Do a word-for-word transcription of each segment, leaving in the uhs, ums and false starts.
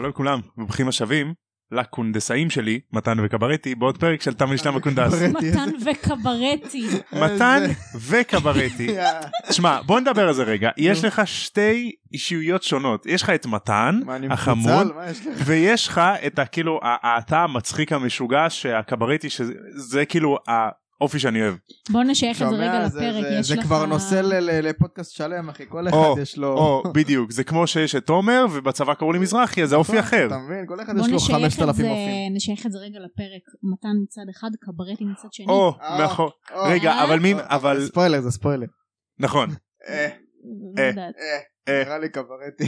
שלום לכולם, וברוכים השבים לקונדסאים שלי, מתן וקברטי, בעוד פרק של תם ונשלם הקונדס. מתן וקברטי. מתן וקברטי. תשמע, בוא נדבר על זה רגע. יש לך שתי אישיויות שונות. יש לך את מתן, החמוד, ויש לך את כאילו, אתה המצחיק המשוגע, שהקברטי, שזה כאילו האופי שאני אוהב. בוא נשייך את זה רגע לפרק. זה כבר נושא לפודקאסט שלם, אחי. כל אחד יש לו... או, בדיוק. זה כמו שיש את תומר, ובצבא קראו לי מזרחי, אז זה אופי אחר. אתה מבין? כל אחד יש לו חמשת אלפים אופים. בוא נשייך את זה רגע לפרק. מתן מצד אחד, קברטי מצד שני. או, נכון. רגע, אבל מי... אבל... ספוילר, זה ספוילר. נכון. אה, אה, אה, נראה לי קברטי.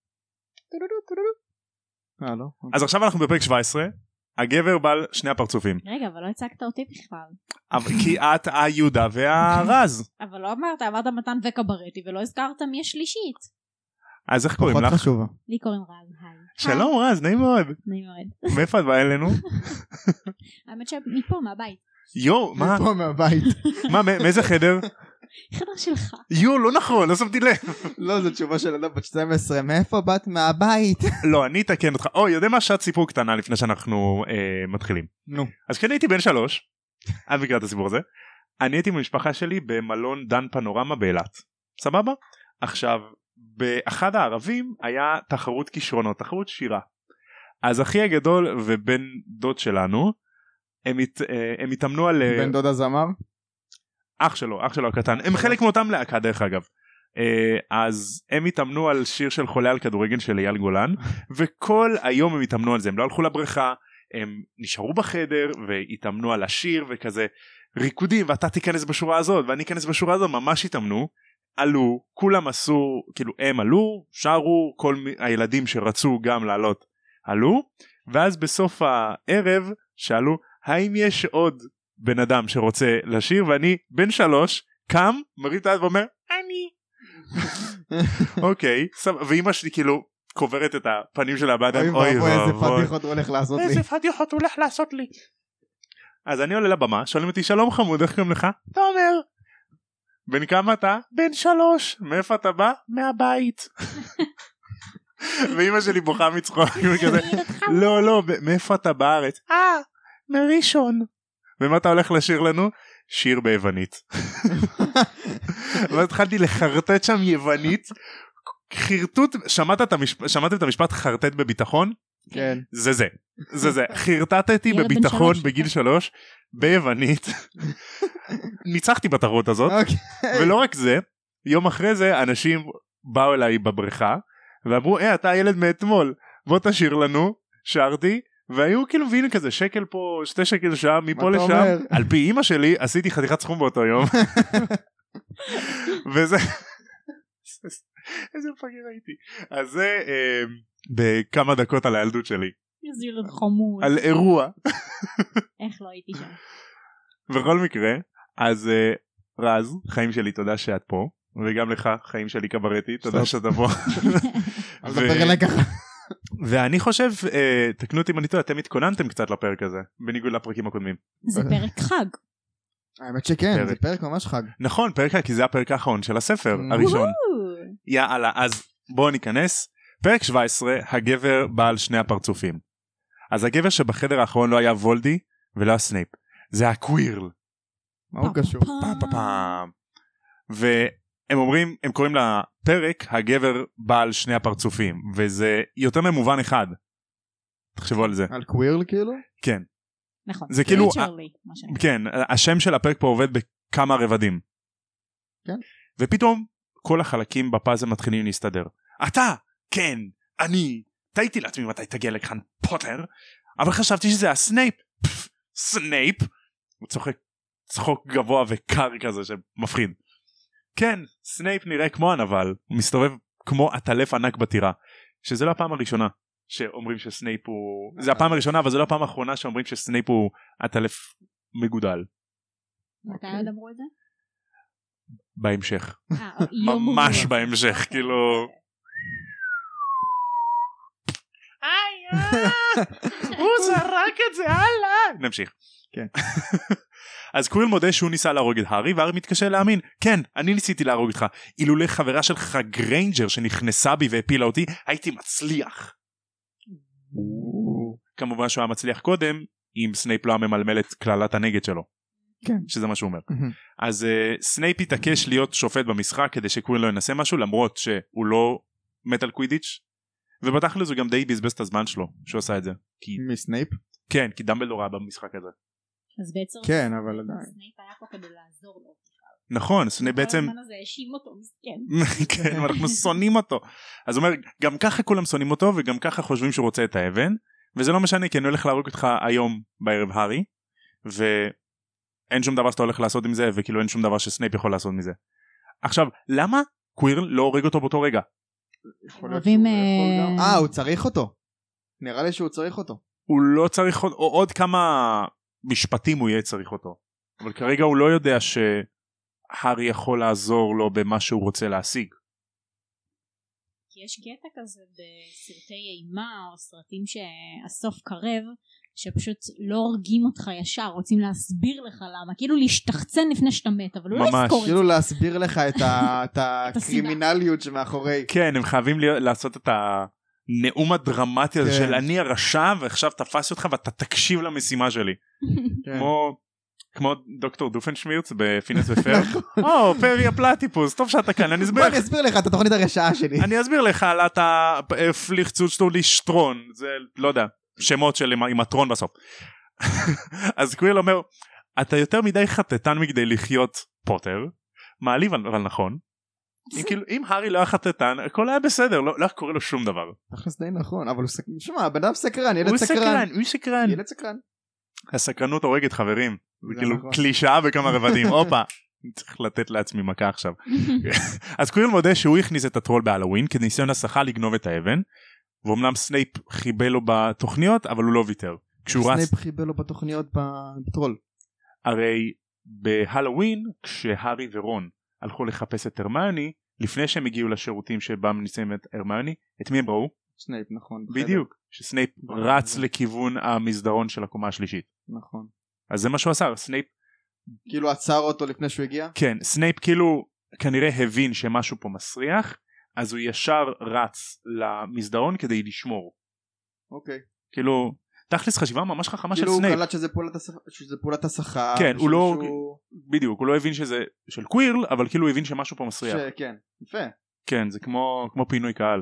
אה, לא? אז עכשיו אנחנו בפרק שבע עשרה. הגבר בעל שני הפרצופים. רגע, אבל לא הצגת אותי בכלל. כי את היהודה והרז. אבל לא אמרת, אמרת מתן וקברטי, ולא הזכרת מי השלישית. אז איך קוראים לך? פחות חשובה. לי קוראים רז, היי. שלום רז, נעים מאוד. נעים מאוד. מאיפה את באה אלינו? האמת שמפה, מהבית. יו, מה? מפה מהבית. מה, מאיזה חדר? חדר שלך. יו, לא נכון, לא שמתי לב. לא, זו תשובה של אדם בת שתים עשרה, מאיפה באת? מהבית. לא, אני אתקן אותך. אוי, יודע מה, שעת סיפור קטנה לפני שאנחנו אה, מתחילים. נו. אז כשאני הייתי בן שלוש, אני מכיר את הסיפור הזה, אני הייתי במשפחה שלי במלון דן פנורמה באילת. סבבה? עכשיו, באחד הערבים היה תחרות כישרונות, תחרות שירה. אז אחי הגדול ובן דוד שלנו, הם, הת, הם התאמנו על... בן דוד הזמר? אח שלו, אח שלו הקטן. הם חלק מאותם להקה דרך אגב. אז הם התאמנו על שיר של חולה על כדורגל של אייל גולן, וכל היום הם התאמנו על זה. הם לא הלכו לבריכה, הם נשארו בחדר והתאמנו על השיר וכזה ריקודים, ואתה תיכנס בשורה הזאת ואני אכנס בשורה הזאת. ממש התאמנו, עלו, כולם עשו, כאילו הם עלו, שרו, כל הילדים שרצו גם לעלות עלו, ואז בסוף הערב שאלו האם יש עוד בן אדם שרוצה לשיר, ואני בן שלוש קם מרים את היד ואומר אני. אוקיי, ואמא שלי כאילו קוברת את הפנים שלה בידיים. אוי ואבוי, איזה פדיחות הוא הולך לעשות לי. איזה פדיחות הוא הולך לעשות לי. אז אני עולה לבמה, שואלים אותי שלום חמוד, איך קוראים לך? תומר. בן כמה אתה? בן שלוש. מאיפה אתה בא? מהבית. ואמא שלי בוכה מצחוק כזה. לא לא, מאיפה אתה בארץ? אה, מראשון. ומה אתה הולך לשיר לנו? שיר ביוונית. ואז התחלתי לחרטט שם יוונית, חרטוט, שמעתם את המשפט חרטט בביטחון? כן. זה זה, זה זה, חרטטתי בביטחון בגיל שלוש, ביוונית, ניצחתי בתחרות הזאת, ולא רק זה, יום אחרי זה אנשים באו אליי בבריכה, ואמרו, אה, אתה הילד מאתמול, בוא תשיר לנו, שרתי, והיו כאילו מבינים כזה שקל פה, שתי שקל שם, מפה לשם. על פי אמא שלי עשיתי חתיכת סכום באותו יום. וזה איזה מפגר הייתי. אז זה בכמה דקות על הילדות שלי. איזה ילד חמוד. על אירוע. איך לא הייתי שם. בכל מקרה, אז רז, חיים שלי, תודה שאת פה, וגם לך, חיים שלי קברטי, תודה שאתה פה. אז דבר אליי ככה. ואני חושב, אה, תקנו אותי אם אני טועה, אתם התכוננתם קצת לפרק הזה, בניגוד לפרקים הקודמים. זה פרק חג. האמת שכן, פרק. זה פרק ממש חג. נכון, פרק חג, כי זה הפרק האחרון של הספר הראשון. יאללה, אז בואו ניכנס. פרק שבע עשרה, הגבר בעל שני הפרצופים. אז הגבר שבחדר האחרון לא היה וולדי ולא היה סנייפ, זה היה קווירל. מה הוא קשור? פעם פעם פעם. והם אומרים, הם קוראים לפרק הגבר בעל שני הפרצופים, וזה יותר ממובן אחד. תחשבו על זה. על קווירל כאילו? כן. נכון. זה כאילו, כן, השם של הפרק פה עובד בכמה רבדים. כן. ופתאום כל החלקים בפאזל מתחילים להסתדר. אתה, כן, אני, תהיתי לעצמי מתי תגיע לכאן פוטר, אבל חשבתי שזה הסנייפ. סנייפ. הוא צוחק צחוק גבוה וקר כזה שמפחיד. כן, סנייפ נראה כמו הנבל, הוא מסתובב כמו עטלף ענק בטירה, שזה לא הפעם הראשונה שאומרים שסנייפ הוא, זה הפעם הראשונה אבל זה לא הפעם האחרונה שאומרים שסנייפ הוא עטלף מגודל. מתי עוד אמרו את זה? בהמשך. ממש בהמשך, כאילו איי, הוא זרק את זה הלאה. נמשיך. כן. אז קווירל מודה שהוא ניסה להרוג את הארי, והארי מתקשה להאמין. כן, אני ניסיתי להרוג אותך. אילולא חברה שלך גריינג'ר שנכנסה בי והפילה אותי, הייתי מצליח. כמובן שהוא היה מצליח קודם אם סנייפ לא ממלמל את כללת הנגד שלו, כן. שזה מה שהוא אומר. אז uh, סנייפ התעקש להיות שופט במשחק כדי שקווירל לא ינסה משהו, למרות שהוא לא מת על קווידיץ', ובתכל'ס הוא גם די בזבז את הזמן שלו שהוא עשה את זה. כי... מסנייפ? כן, כי דמבלדור היה במשחק הזה. אז בעצם כן, אבל עדיין. סנייפ היה פה כדי לעזור לו. נכון, סנייפ בעצם... כל הזמן הזה האשים אותו, מסכן. כן, אנחנו שונאים אותו. אז הוא אומר, גם ככה כולם שונאים אותו, וגם ככה חושבים שהוא רוצה את האבן, וזה לא משנה, כי אני הולך להרוג אותך היום בערב הארי, ואין שום דבר שאתה הולך לעשות עם זה, וכאילו אין שום דבר שסנייפ יכול לעשות מזה. עכשיו, למה קווירל לא הורג אותו באותו רגע? אוהבים... אה, הוא צריך אותו. נראה לי שהוא צריך אותו. הוא לא צריך אותו, או עוד כמה משפטים הוא יהיה צריך אותו. אבל כרגע הוא לא יודע שהארי יכול לעזור לו במה שהוא רוצה להשיג. כי יש קטע כזה בסרטי אימה או סרטים שהסוף קרב, שפשוט לא הורגים אותך ישר, רוצים להסביר לך למה, כאילו להשתחצן לפני שאתה מת, אבל לא לזכור את זה. כאילו להסביר לך את הקרימינליות שמאחורי. כן, הם חייבים לעשות את הנאום הדרמטי הזה של אני הרשע ועכשיו תפס אותך ואתה תקשיב למשימה שלי. כמו... כמו דוקטור דופנשמירץ בפינס ופרק. או, פרי הפלטיפוס, טוב שאתה כאן, אני אסביר לך. בוא אני אסביר לך את התוכנית הרשעה שלי. אני אסביר לך על אתה פליכצוצ'טולי שטרון, זה לא יודע, שמות של עם הטרון בסוף. אז קווירל אומר, אתה יותר מדי חטטן מכדי לחיות פוטר, מעליב אבל נכון. אם הארי לא היה חטטן, הכל היה בסדר, לא קורה לו שום דבר. תכלס די נכון, אבל הוא סקרן, שמה, הבן אדם סקרן, ילד הוא סקרן. סקרן, הוא סקרן. ילד סקרן. הסקרנות הורגת חברים, זה כאילו קלישאה בכמה רבדים, אופה, צריך לתת לעצמי מכה עכשיו. אז קווירל מודה שהוא הכניס את הטרול בהלווין כניסיון הסחה לגנוב את האבן, ואומנם סנייפ חיבל לו בתוכניות אבל הוא לא ויתר. סנייפ חיבל לו בתוכניות בטרול. הרי בהלווין כשהארי ורון הלכו לחפש את הרמיוני, לפני שהם הגיעו לשירותים שבהם נמצאים את הרמיוני, את מי הם ראו? סנייפ, נכון. בדיוק, שסנייפ רץ לכיוון המסדרון של הקומה השלישית. נכון. אז זה מה שהוא עשה, סנייפ כאילו עצר אותו לפני שהוא הגיע? כן, סנייפ כאילו כנראה הבין שמשהו פה מסריח, אז הוא ישר רץ למסדרון כדי לשמור. אוקיי. כאילו, תכלס חשיבה ממש חכמה של כאילו סנייפ. הוא קלט שזה פעולת הסחה. כן, הוא לא, בדיוק, הוא לא הבין שזה של קווירל, אבל כאילו הוא הבין שמשהו פה מסריח. כן, יפה. כן, זה כמו פינוי קהל.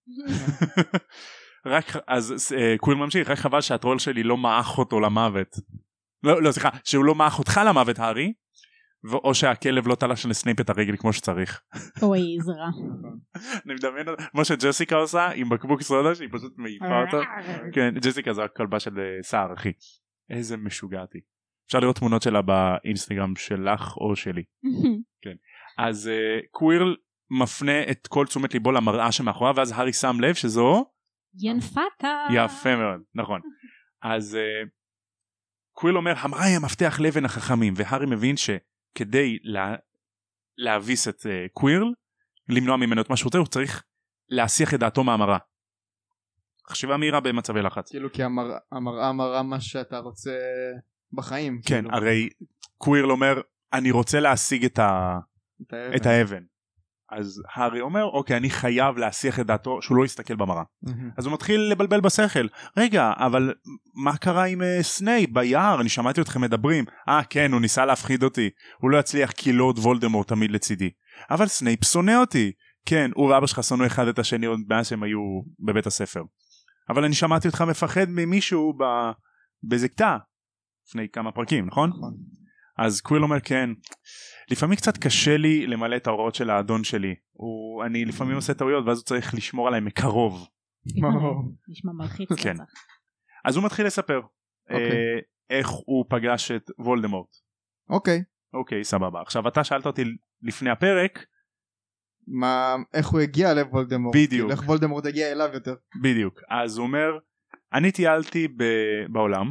רק אז קווירל ממשיך, רק חבל שהטרול שלי לא מעך אותו למוות. לא, לא, סליחה, שהוא לא מעך אותך למוות, הארי, או שהכלב לא תלש לסנייפ את הרגל כמו שצריך. אוי, זה רע. אני מדמיין, כמו שג'סיקה עושה עם בקבוק סודה שהיא פשוט מעיפה אותו. כן, ג'סיקה זו הכלבה של סער, אחי. איזה משוגעתי. אפשר לראות תמונות שלה באינסטגרם שלך או שלי. כן. אז קווירל מפנה את כל תשומת ליבו למראה שמאחורה, ואז הארי שם לב שזו ינפתה. יפה מאוד, נכון. אז קווירל אומר, המראה היא המפתח לאבן החכמים, והארי מבין שכדי לה... להביס את קווירל, למנוע ממנו את מה שהוא רוצה, הוא צריך להסיח את דעתו מהמראה. חשיבה מהירה במצבי לחץ. כאילו כי המראה, המראה מראה מה שאתה רוצה בחיים. כן, כאילו. הרי קווירל אומר, אני רוצה להשיג את, ה... את האבן. את האבן. אז הארי אומר, אוקיי, אני חייב להסיח את דעתו שהוא לא יסתכל במראה. Mm-hmm. אז הוא מתחיל לבלבל בשכל. רגע, אבל מה קרה עם uh, סנייפ ביער? אני שמעתי אתכם מדברים. אה, כן, הוא ניסה להפחיד אותי. הוא לא יצליח כי לורד וולדמורט תמיד לצידי. אבל סנייפ שונא אותי. כן, הוא ואבא שלך שונאו אחד את השני עוד מאז שהם היו בבית הספר. אבל אני שמעתי אותך מפחד ממישהו ב... בזקתה. לפני כמה פרקים, נכון? נכון. אז קווירל אומר, כן, לפעמים קצת קשה לי למלא את ההוראות של האדון שלי. הוא, אני לפעמים עושה טעויות ואז הוא צריך לשמור עליהם מקרוב. נשמע מלחיץ. כן. אז הוא מתחיל לספר אה, איך הוא פגש את וולדמורט. אוקיי. אוקיי, סבבה. עכשיו אתה שאלת אותי לפני הפרק. מה, איך הוא הגיע לוולדמורט. בדיוק. איך וולדמורט הגיע אליו יותר. בדיוק. אז הוא אומר, אני טיילתי ב- בעולם.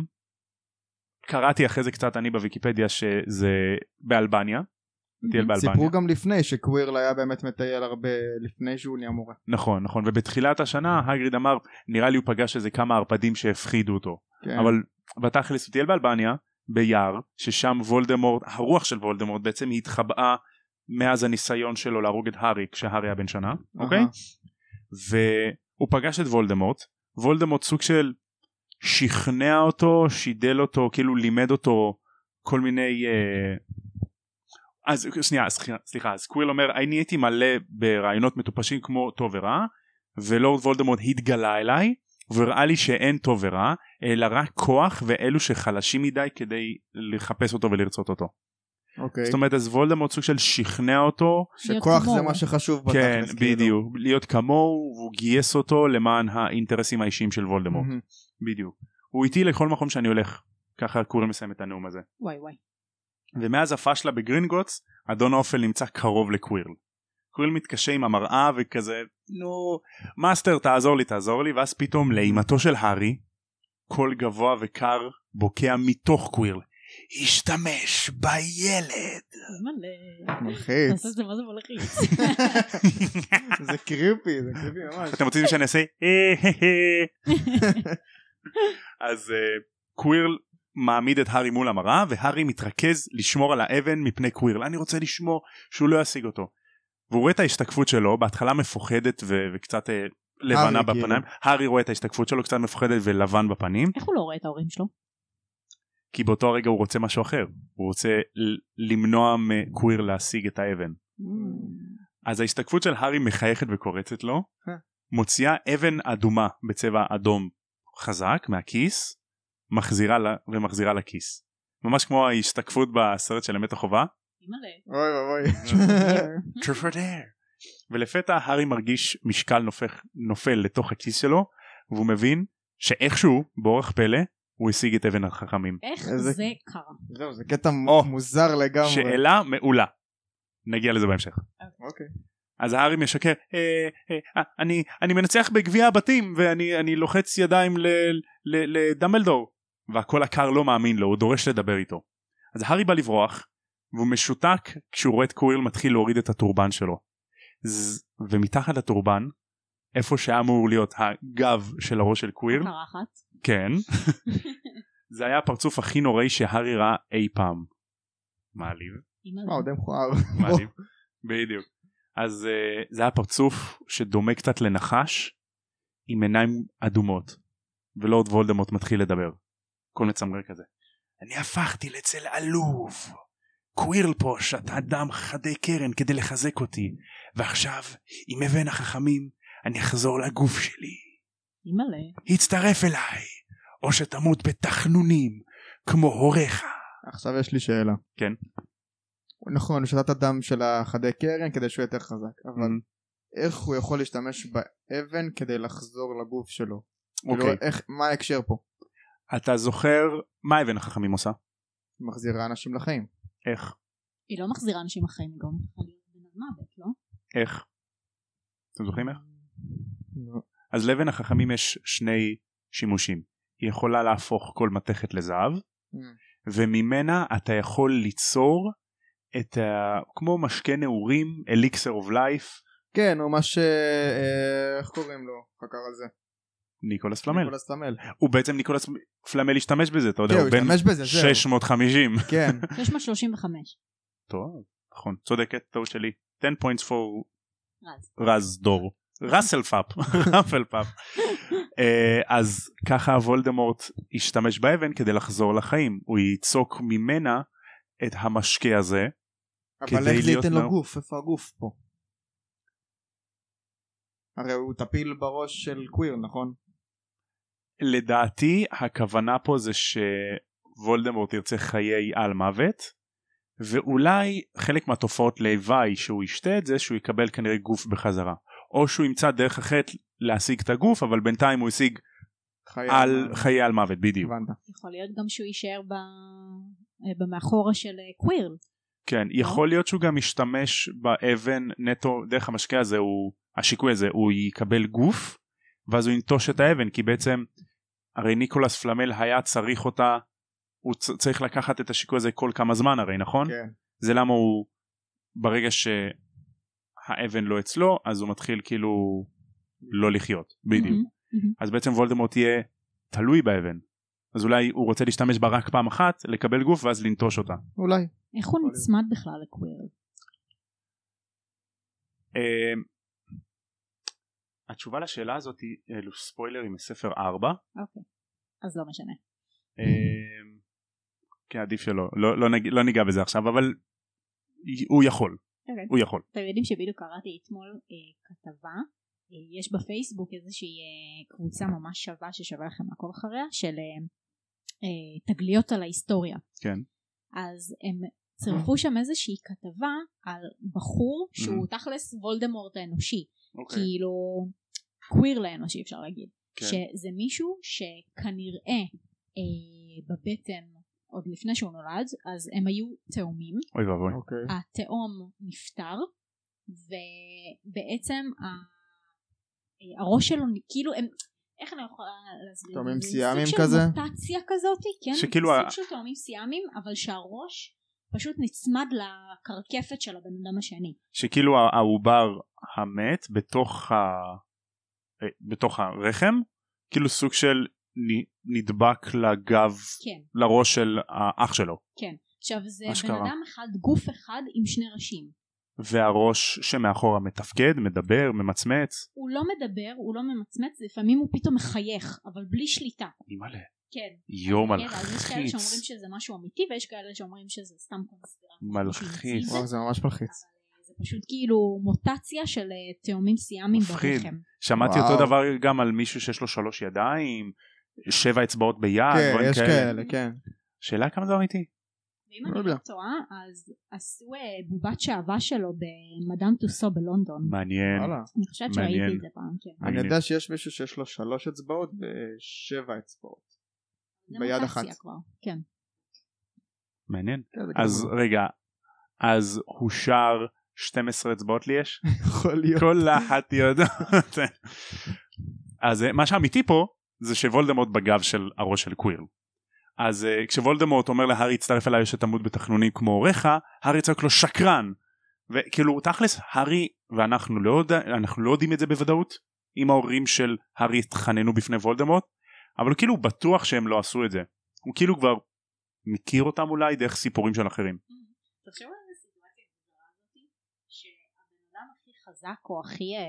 קראתי אחרי זה קצת אני בוויקיפדיה שזה באלבניה. טייל באלבניה. סיפרו גם לפני שקווירל היה באמת מטייל הרבה לפני שהוא נהיה מורה. נכון, נכון, ובתחילת השנה הגריד אמר, נראה לי הוא פגש איזה כמה ערפדים שהפחידו אותו. כן. אבל בתכלס הוא טייל באלבניה, ביער, ששם וולדמורט, הרוח של וולדמורט בעצם התחבאה מאז הניסיון שלו להרוג את הארי כשהארי היה בן שנה, אוקיי? והוא פגש את וולדמורט, וולדמורט סוג של שכנע אותו, שידל אותו, כאילו לימד אותו כל מיני אה... אז שנייה, סליחה, אז קווירל אומר, אני הייתי מלא ברעיונות מטופשים כמו טוב ורע, ולורד וולדמורט התגלה אליי וראה לי שאין טוב ורע אלא רק כוח ואלו שחלשים מדי כדי לחפש אותו ולרצות אותו. אוקיי. זאת אומרת, אז וולדמורט סוג של שכנע אותו שכוח זה מה שחשוב כן, בדיוק, להיות כמוהו, והוא גייס אותו למען האינטרסים האישיים של וולדמורט. בדיוק, הוא איתי לכל מקום שאני הולך. ככה קווירל מסיים את הנאום הזה. וואי וואי. ומאז הפשלה בגרינגוטס אדון האופל נמצא קרוב לקווירל. קווירל מתקשה עם המראה וכזה, נו, מאסטר תעזור לי תעזור לי, ואז פתאום לאימתו של הארי, קול גבוה וקר בוקע מתוך קווירל, השתמש בילד. מלחיץ. תעשה את זה, מה זה מלחיץ? זה קריפי, זה קריפי ממש. אתם רוצים שאני אעשה? אז קווירל מעמיד את הארי מול המראה, והארי מתרכז לשמור על האבן מפני קווירל. אני רוצה לשמור שהוא לא ישיג אותו. והוא רואה את ההשתקפות שלו, בהתחלה מפוחדת ו- וקצת אה, לבנה בפנים. הארי רואה את ההשתקפות שלו, קצת מפוחדת ולבן בפנים. איך הוא לא רואה את ההורים שלו? כי באותו הרגע הוא רוצה משהו אחר. הוא רוצה ל- למנוע מקווירל להשיג את האבן. אז ההשתקפות של הארי מחייכת וקורצת לו, מוציאה אבן אדומה בצבע אדום חזק מהכיס, מחזירה לה ומחזירה לכיס. ממש כמו ההשתקפות בסרט של אמת החובה. אוי אוי אוי. ולפתע הארי מרגיש משקל נופך, נופל לתוך הכיס שלו, והוא מבין שאיכשהו באורח פלא הוא השיג את אבן החכמים. איך זה קרה? זהו, זה קטע מוזר לגמרי. שאלה מעולה. נגיע לזה בהמשך. אוקיי. אז הארי משקר, אה, אה, אני, אני מנצח בגביע הבתים ואני אני לוחץ ידיים לדמבלדור, והכל הקר לא מאמין לו, הוא דורש לדבר איתו. אז הארי בא לברוח והוא משותק כשהוא רואה את קווירל מתחיל להוריד את הטורבן שלו, ז, ומתחת לטורבן איפה שהיה אמור להיות הגב של הראש של קווירל, קרחת. כן. זה היה הפרצוף הכי נוראי שהארי ראה אי פעם. מעליב. וואו, די מכוער. מעליב. בדיוק. אז uh, זה היה פרצוף שדומה קצת לנחש עם עיניים אדומות, ולורד וולדמורט מתחיל לדבר. כל מצמרר כזה. אני הפכתי לצל עלוב. קווירל פה שתה דם חדי קרן כדי לחזק אותי, ועכשיו עם אבן החכמים אני אחזור לגוף שלי. אימא'לה. הצטרף אליי, או שתמות בתחנונים כמו הוריך. עכשיו יש לי שאלה. כן. נכון, הוא שתה את הדם של החדי קרן כדי שהוא יותר חזק, אבל איך הוא יכול להשתמש באבן כדי לחזור לגוף שלו? אוקיי. איך, מה ההקשר פה? אתה זוכר מה אבן החכמים עושה? היא מחזירה אנשים לחיים. איך? היא לא מחזירה אנשים לחיים, היא גם בן המוות, לא? איך? אתם זוכרים איך? לא. אז לאבן החכמים יש שני שימושים. היא יכולה להפוך כל מתכת לזהב, וממנה אתה יכול ליצור את ה... כמו משקה נעורים, אליקסר אוף לייף. כן, או מה ש... איך קוראים לו? חקר על זה. ניקולס פלמל. ניקולס פלמל. הוא בעצם ניקולס פלמל השתמש בזה, אתה יודע, כן, הוא בן בזה, שש מאות וחמישים. כן. שש מאות שלושים וחמש. טוב, נכון, צודקת, טעות שלי. עשר points for רז. רז דור. רסל פאפ. רפל פאפ. אז ככה וולדמורט השתמש באבן כדי לחזור לחיים. הוא ייצוק ממנה את המשקה הזה. אבל איך זה ייתן לו גוף? איפה הגוף פה? הרי הוא טפיל בראש של קוויר, נכון? לדעתי הכוונה פה זה שוולדמורט ירצה חיי על מוות, ואולי חלק מהתופעות לוואי שהוא ישתה את זה שהוא יקבל כנראה גוף בחזרה, או שהוא ימצא דרך אחרת להשיג את הגוף, אבל בינתיים הוא ישיג חיי על, על... חיי על מוות. בדיוק. יכול להיות גם שהוא יישאר ב... במאחורה של קוויר. כן, יכול להיות שהוא גם משתמש באבן נטו דרך המשקה הזה, הוא, השיקוי הזה, הוא יקבל גוף ואז הוא ינטוש את האבן, כי בעצם הרי ניקולס פלמל היה צריך אותה, הוא צריך לקחת את השיקוי הזה כל כמה זמן הרי, נכון? כן. זה למה הוא ברגע שהאבן לא אצלו אז הוא מתחיל כאילו לא לחיות, בדיוק. Mm-hmm, mm-hmm. אז בעצם וולדמורט יהיה תלוי באבן, אז אולי הוא רוצה להשתמש בה רק פעם אחת, לקבל גוף ואז לנטוש אותה. אולי. איך הוא נצמד בכלל לקוויר? התשובה לשאלה הזאת היא אלו ספוילרים מספר ארבע. אוקיי, אז לא משנה. כן, עדיף שלא, לא, לא, נג, לא ניגע בזה עכשיו, אבל הוא יכול, okay. הוא יכול. אתם יודעים שבדיוק קראתי אתמול אה, כתבה, אה, יש בפייסבוק איזושהי אה, קבוצה ממש שווה ששווה לכם לעקוב אחריה, של אה, אה, תגליות על ההיסטוריה. כן. אז הם צירפו שם איזושהי כתבה על בחור שהוא Mm-hmm. תכלס וולדמורט האנושי, אוקיי. כאילו קוויר לאנושי אפשר להגיד, כן. שזה מישהו שכנראה אה, בבטן עוד לפני שהוא נולד, אז הם היו תאומים. אוי ואבוי. אוקיי. התאום נפטר, ובעצם ה- הראש שלו כאילו הם, איך אני יכולה להסביר? תאומים זה סיאמיים סוג כזה? של מוטציה כזאת, כן? שכאילו סוג ה- של תאומים סיאמיים, אבל שהראש פשוט נצמד לקרקפת של הבן אדם השני. שכאילו העובר המת בתוך ה... בתוך הרחם, כאילו סוג של נדבק לגב, כן. לראש של האח שלו. כן. עכשיו זה אשכרה. בן אדם אחד, גוף אחד עם שני ראשים. והראש שמאחורה מתפקד, מדבר, ממצמץ. הוא לא מדבר, הוא לא ממצמץ, לפעמים הוא פתאום מחייך, אבל בלי שליטה. אימא'לה. כן. יום אז יש כאלה מלחיץ. שאומרים שזה משהו אמיתי, ויש כאלה שאומרים שזה סתם קונספירציה. מלחיץ. וואו, זה ממש מלחיץ. זה פשוט כאילו מוטציה של תאומים סיאמיים מפחיד. ברחם. שמעתי וואו. אותו דבר גם על מישהו שיש לו שלוש ידיים, שבע אצבעות ביד, כן, דברים יש כאלה, כן. שאלה כמה זה אמיתי. ואם לא אני לא יודע. טועה, אז עשו אה, בובת שעבה שלו במדאם טוסו בלונדון. מעניין. וואלה. אני חושבת מעניין. שראיתי את זה פעם, כן. אני מגניב. יודע שיש מישהו שיש לו שלוש אצבעות ושבע אצבעות. זה ביד מוטציה אחת. כבר, כן. מעניין. כן, זה אז גם רגע, אז הוא שר שתים עשרה אצבעות לי יש? יכול להיות. כל אחת יודעת. אז אה, מה שאמיתי פה זה שוולדמורט בגב של הראש של קווירל. אז uh, כשוולדמורט אומר להארי יצטרף אליי שתמות בתחנונים כמו הוריך, הארי צועק לו שקרן. וכאילו תכלס הארי ואנחנו לא, יודע, אנחנו לא יודעים את זה בוודאות אם ההורים של הארי התחננו בפני וולדמורט, אבל הוא כאילו בטוח שהם לא עשו את זה. הוא כאילו כבר מכיר אותם אולי דרך סיפורים של אחרים. תחשבו על איזה סיטואציה גדולה הזאת, שהבן אדם הכי חזק או הכי אה,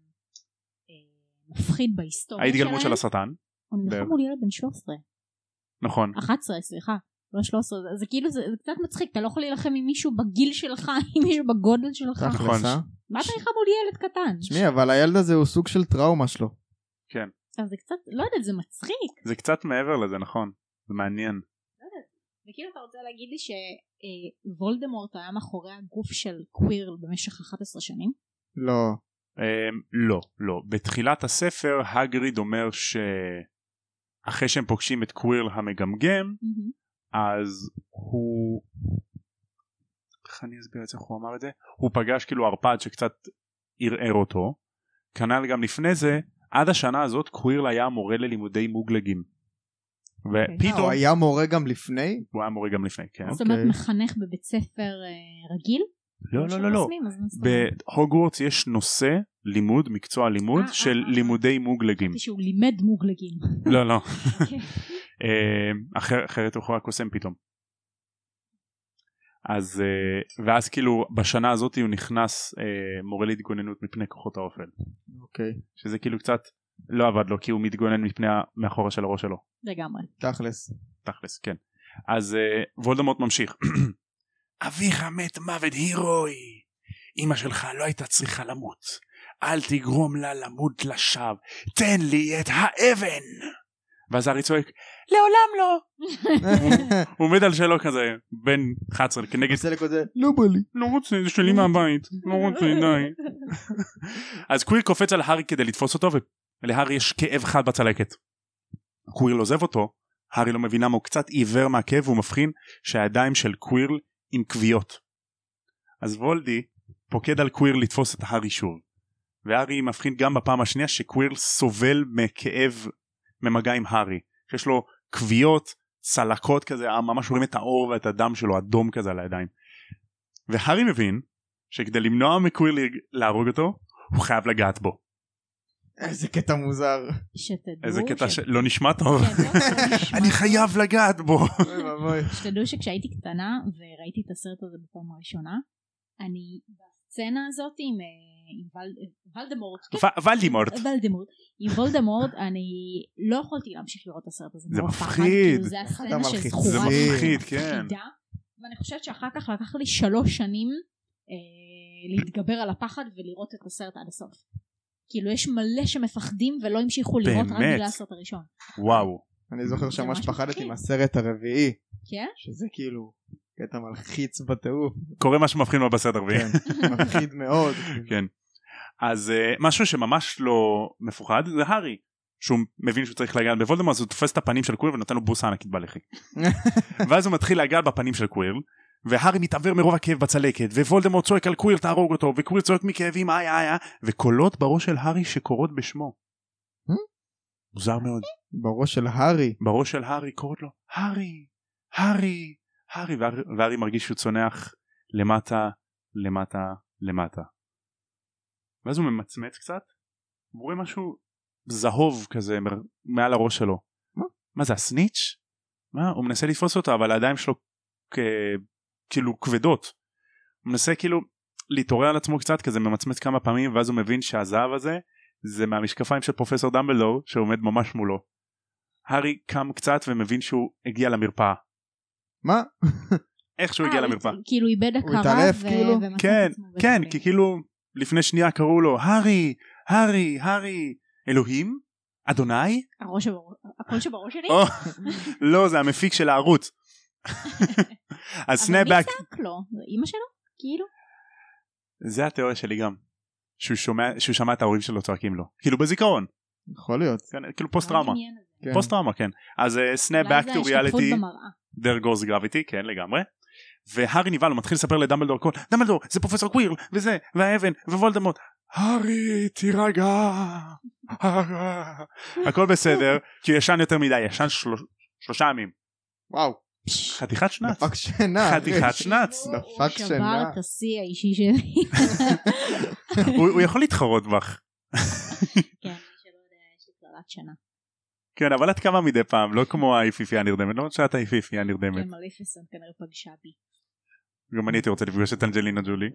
אה, מפחיד בהיסטוריה שלהם, ההתגלמות של השטן. הוא נלחם מול ילד בן שלוש עשרה. נכון. אחת עשרה, סליחה. לא שלוש עשרה, זה כאילו, זה, זה קצת מצחיק, אתה לא יכול להילחם עם מישהו בגיל שלך, עם מישהו בגודל שלך. נכון. מה אתה נלחם מול ילד קטן? תשמעי, אבל הילד הזה הוא סוג של טראומה שלו. כן. עכשיו זה קצת, לא יודעת, זה מצחיק. זה קצת מעבר לזה, נכון. זה מעניין. וכאילו אתה רוצה להגיד לי שוולדמורט היה מאחורי הגוף של קווירל במשך אחת עשרה שנים? לא. Um, לא, לא. בתחילת הספר הגריד אומר שאחרי שהם פוגשים את קווירל המגמגם, Mm-hmm. אז הוא... איך אני אסביר את זה? איך הוא אמר את זה? הוא פגש כאילו ערפד שקצת ערער אותו. כנ"ל גם לפני זה, עד השנה הזאת קווירל היה מורה ללימודי מוגלגים. ופתאום... הוא היה מורה גם לפני? הוא היה מורה גם לפני, כן. זאת אומרת מחנך בבית ספר רגיל? לא, לא, לא, לא. בהוגוורטס יש נושא לימוד, מקצוע לימוד של לימודי מוגלגים. שהוא לימד מוגלגים. לא, לא. אחרת הוא רק קוסם פתאום. אז ואז כאילו בשנה הזאת הוא נכנס מורה להתגוננות מפני כוחות האופל. אוקיי. שזה כאילו קצת לא עבד לו כי הוא מתגונן מפני מאחורה של הראש שלו. לגמרי. תכלס. תכלס, כן. אז וולדמורט ממשיך. אביך מת מוות הירואי. אמא שלך לא הייתה צריכה למות. אל תגרום לה למות לשווא. תן לי את האבן. ואז הארי צועק, לעולם לא. הוא עומד על שלו כזה, בן אחת עשרה, כנגד... עושה לי כזה, לא בא לי. לא רוצה, זה שלי מהבית. לא רוצה, די. אז קווירל קופץ על הארי כדי לתפוס אותו, ולהארי יש כאב חד בצלקת. קווירל עוזב אותו, הארי לא מבינה מה הוא קצת עיוור מהכאב, והוא מבחין שהידיים של קווירל עם כוויות. אז וולדי פוקד על קווירל לתפוס את הארי שוב. והארי מבחין גם בפעם השנייה שקווירל סובל מכאב ממגע עם הארי. שיש לו כוויות, צלקות כזה, ממש רואים את האור ואת הדם שלו אדום כזה על הידיים. והארי מבין שכדי למנוע מקווירל להרוג אותו, הוא חייב לגעת בו. איזה קטע מוזר. שתדעו. איזה קטע שלא נשמע טוב. כן, אני חייב לגעת בו. שתדעו שכשהייתי קטנה וראיתי את הסרט הזה בפעם הראשונה, אני הסצנה הזאת עם, עם ול, ולדמורט, ו- ולדימורט. ולדמורט, עם וולדמורט, אני לא יכולתי להמשיך לראות את הסרט הזה. זה מאוד מפחיד. פחד, כאילו זה הסצנה מלחיץ. שזכורה. זה מפחיד, כן. מפחידה, ואני חושבת שאחר כך לקח לי שלוש שנים אה, להתגבר על הפחד ולראות את הסרט עד הסוף. כאילו יש מלא שמפחדים ולא המשיכו לראות רק בגלל הסרט הראשון. וואו. אני זוכר זה שממש ממש פחדתי מפחיד. מהסרט הרביעי, כן? שזה כאילו קטע מלחיץ בטירוף. קורה משהו מפחיד מאוד בסרט הרביעי. כן, מפחיד מאוד. כן. אז uh, משהו שממש לא מפוחד זה הארי. שהוא מבין שהוא צריך להגע בוולדמורט, אז הוא תופס את הפנים של קווירל ונותן לו בוסה ענקית בלחי. ואז הוא מתחיל להגע בפנים של קווירל, והארי מתעבר מרוב הכאב בצלקת, ווולדמורט צועק על קווירל תהרוג אותו, וקווירל צועק מכאבים איי איי איי, וקולות בראש של הארי שקורות בשמו. מוזר מאוד. בראש של הארי. בראש של הארי קורות לו הארי, הארי, הארי, והארי מרגיש שהוא צונח למטה, למטה, למטה. ואז הוא ממצמץ קצת, הוא רואה משהו זהוב כזה מעל הראש שלו. מה? מה זה, הסניץ'? מה? הוא מנסה לתפוס אותו, אבל הידיים שלו כ... כאילו כבדות. הוא מנסה כאילו להתעורר על עצמו קצת, כזה ממצמץ כמה פעמים, ואז הוא מבין שהזהב הזה זה מהמשקפיים של פרופסור דמבלדור, שעומד ממש מולו. הארי קם קצת ומבין שהוא הגיע למרפאה. מה? איך שהוא הגיע למרפאה? כאילו איבד הכרה. הוא התעלף כאילו? כן, כן, כי כאילו לפני שנייה קראו לו הארי, הארי, הארי, אלוהים? אדוני? הקול שבראש שלי? לא, זה המפיק של הערוץ. אז סנאפ אבל מי צעק לו? זה אמא שלו? כאילו? זה התיאוריה שלי גם. שהוא שמע את ההורים שלו צועקים לו. כאילו בזיכרון. יכול להיות. כאילו פוסט טראומה. פוסט טראומה, כן. אז סנאפ back to reality. there goes gravity, כן לגמרי. והארי נבהל, הוא מתחיל לספר לדמבלדור הכל, דמבלדור זה פרופסור קווירל וזה והאבן ווולדמורט, הארי תירגע, הכל בסדר, כי הוא ישן יותר מדי, ישן שלושה ימים. וואו, חתיכת שנץ, דפק שינה, חתיכת שנץ, דפק שינה, הוא שבר את השיא האישי שלי. הוא יכול להתחרות בך. כן, מי שלא יודע, יש לי קללת שנה. כן, אבל את קמה מדי פעם, לא כמו היפיפייה הנרדמת, לא שאת היפיפייה הנרדמת. כן, מליפיסנט כנראה פגשה בי. גם אני הייתי רוצה לפגוש את אנג'לינה ג'ולי.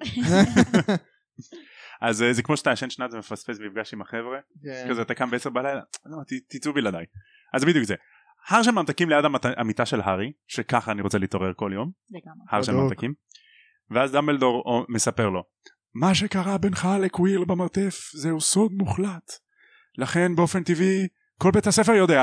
אז זה כמו שאתה ישן שנת ומפספס ומפגש עם החבר'ה, כזה אתה קם בעשר בלילה, לא, תצאו בלעדיי. אז בדיוק זה. הר של ממתקים ליד המיטה של הארי, שככה אני רוצה להתעורר כל יום. הר של ממתקים. ואז דמבלדור מספר לו, מה שקרה בינך לקווירל במרתף זהו סוד מוחלט. לכן באופן טבעי כל בית הספר יודע.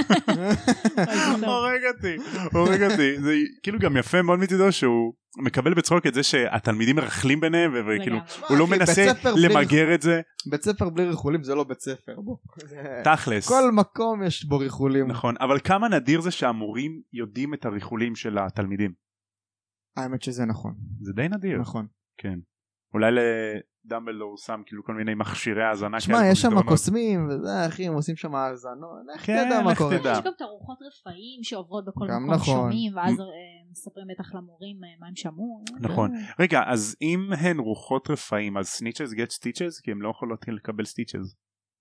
הורג אותי, הורג אותי. זה כאילו גם יפה מאוד מצידו שהוא מקבל בצחוק את זה שהתלמידים מרכלים ביניהם, וכאילו הוא לא מנסה למגר את זה. בית ספר בלי ריחולים זה לא בית ספר. תכלס. כל מקום יש בו ריחולים. נכון, אבל כמה נדיר זה שהמורים יודעים את הריחולים של התלמידים. האמת שזה נכון. זה די נדיר. נכון. כן. אולי לדמבלדור שם כאילו כל מיני מכשירי האזנה. שמע, יש שם קוסמים וזה, אחי, הם עושים שם האזנות, לך תדע מה קורה. יש גם תערוכות רפאים שעוברות בכל מקום שומעים, ואז מספרים בטח למורים מה הם שמעו. נכון. רגע, אז אם הן רוחות רפאים, אז סניצ'ס get stitches? כי הם לא יכולות לקבל סטיצ'ס.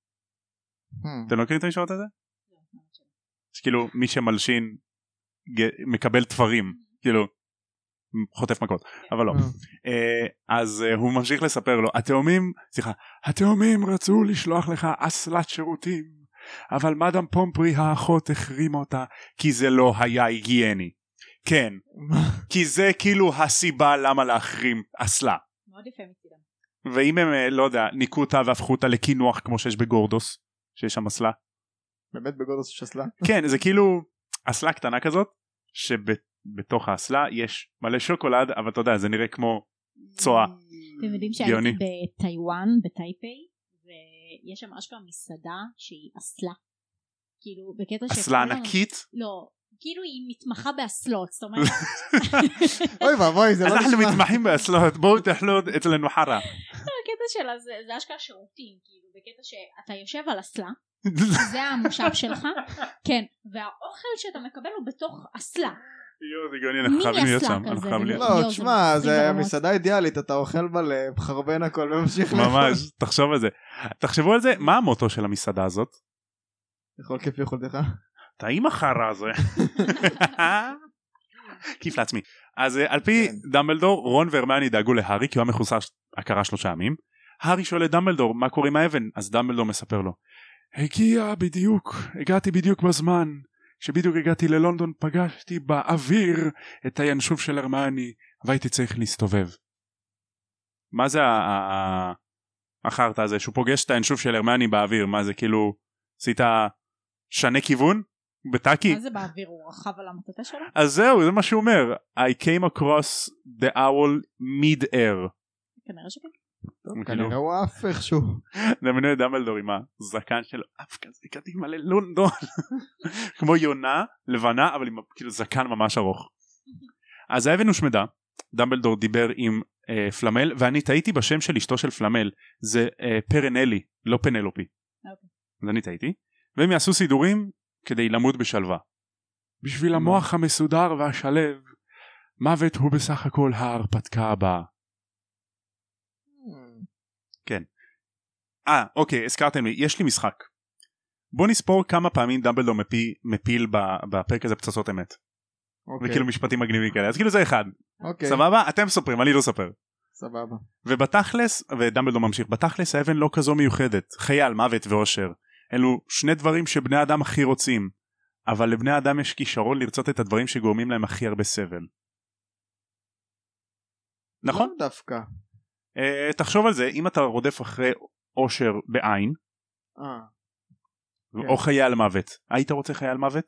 אתם לא מכירים את המשפט הזה? שכאילו מי שמלשין מקבל תפרים, כאילו חוטף מכות, אבל לא. אז הוא ממשיך לספר לו, התאומים, סליחה, התאומים רצו לשלוח לך אסלת שירותים, אבל מדאם פומפרי האחות החרימה אותה, כי זה לא היה היגייני. כן, כי זה כאילו הסיבה למה להחרים אסלה. מאוד יפה מצידם. ואם הם, לא יודע, ניקו אותה והפכו אותה לקינוח כמו שיש בגורדוס, שיש שם אסלה. באמת בגורדוס יש אסלה? כן, זה כאילו אסלה קטנה כזאת, שבתוך האסלה יש מלא שוקולד, אבל אתה יודע, זה נראה כמו צועה. אתם יודעים שהייתי בטיואן, בטייפיי, ויש שם אשכרה מסעדה שהיא אסלה. כאילו, בקטע ש... אסלה ענקית? לא, כאילו היא מתמחה באסלות, זאת אומרת... אוי ואבוי, זה לא נשמע. אנחנו מתמחים באסלות, בואו תאכלו אצלנו חרה. הקטע שלה זה אשכרה שירותים, כאילו, בקטע שאתה יושב על אסלה, זה המושב שלך, כן, והאוכל שאתה מקבל הוא בתוך אסלה. יואו, זה גאוני, אנחנו חייבים להיות שם, אנחנו חייבים להיות שם. לא, תשמע, זה מסעדה אידיאלית, אתה אוכל בלב, חרבן הכל וממשיך לאכול. ממש, תחשוב על זה. תחשבו על זה, מה המוטו של המסעדה הזאת? יכול כיף יכולתך. טעים החרה הזה. כיף לעצמי. אז על פי דמבלדור, רון והרמיוני דאגו להארי, כי הוא היה הכרה שלושה ימים. הארי שואל את דמבלדור מה קורה עם האבן, אז דמבלדור מספר לו, הגיע בדיוק, הגעתי בדיוק בזמן, כשבדיוק הגעתי ללונדון פגשתי באוויר את הינשוף של הרמני, והייתי צריך להסתובב. מה זה החרטא הזה, שהוא פוגש את הינשוף של הרמני באוויר, מה זה כאילו, עשית שנה כיוון? בטאקי? מה זה באוויר, הוא רחב על המטוטה שלו? אז זהו, זה מה שהוא אומר, I came across the owl mid-air. כנראה שכן. כנראה הוא אף איכשהו. דמיינו את דמבלדור עם הזקן שלו, אף כזה, הגעתי מלא לונדון. כמו יונה לבנה, אבל עם כאילו זקן ממש ארוך. אז האבן הושמדה, דמבלדור דיבר עם אה, פלמל, ואני טעיתי בשם של אשתו של פלמל, זה אה, פרנלי, לא פנלופי. אוקיי. אז אני טעיתי, והם יעשו סידורים כדי למות בשלווה. בשביל המוח המסודר והשלב, מוות הוא בסך הכל ההרפתקה הבאה. כן. אה, אוקיי, הזכרתם לי, יש לי משחק. בוא נספור כמה פעמים דמבלדור מפיל, מפיל בפרק הזה פצצות אמת. אוקיי. וכאילו משפטים מגניבים כאלה, אז כאילו זה אחד. אוקיי. סבבה? אתם סופרים, אני לא ספר. סבבה. ובתכלס, ודמבלדור ממשיך, בתכלס האבן לא כזו מיוחדת, חייל, מוות ואושר. אלו שני דברים שבני האדם הכי רוצים, אבל לבני האדם יש כישרון לרצות את הדברים שגורמים להם הכי הרבה סבל. נכון? לא דווקא. Uh, תחשוב על זה, אם אתה רודף אחרי אושר בעין, אה. או חייל מוות, היית רוצה חייל מוות?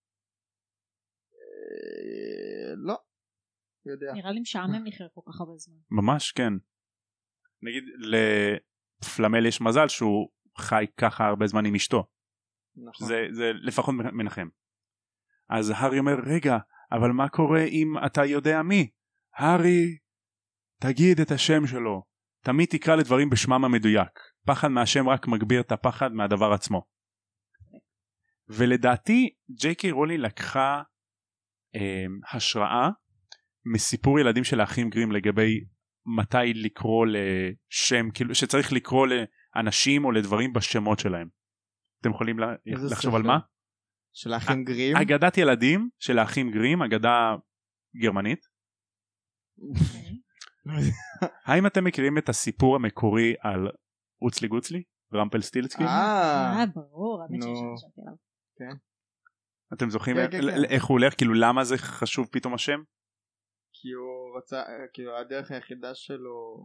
לא. יודע. נראה לי משעמם לחיות כל כך הרבה זמן. ממש כן. נגיד לפלמל יש מזל שהוא חי ככה הרבה זמן עם אשתו. נכון. זה, זה לפחות מנחם. אז הארי אומר, רגע, אבל מה קורה אם אתה יודע מי? הארי, תגיד את השם שלו. תמיד תקרא לדברים בשמם המדויק. פחד מהשם רק מגביר את הפחד מהדבר עצמו. ולדעתי ג'יי קיי רולינג לקחה אה, השראה מסיפור ילדים של האחים גרים לגבי מתי לקרוא לשם, כאילו שצריך לקרוא לאנשים או לדברים בשמות שלהם. אתם יכולים לה... לחשוב על מה? של האחים גרים? אגדת ילדים של האחים גרים, אגדה גרמנית. האם אתם מכירים את הסיפור המקורי על אוצלי גוצלי? רמפל סטילצקין? אה, ברור, האמת שיש חשבתי עליו. כן. אתם זוכרים איך הוא הולך? כאילו למה זה חשוב פתאום השם? כי הוא רצה, כאילו הדרך היחידה שלו,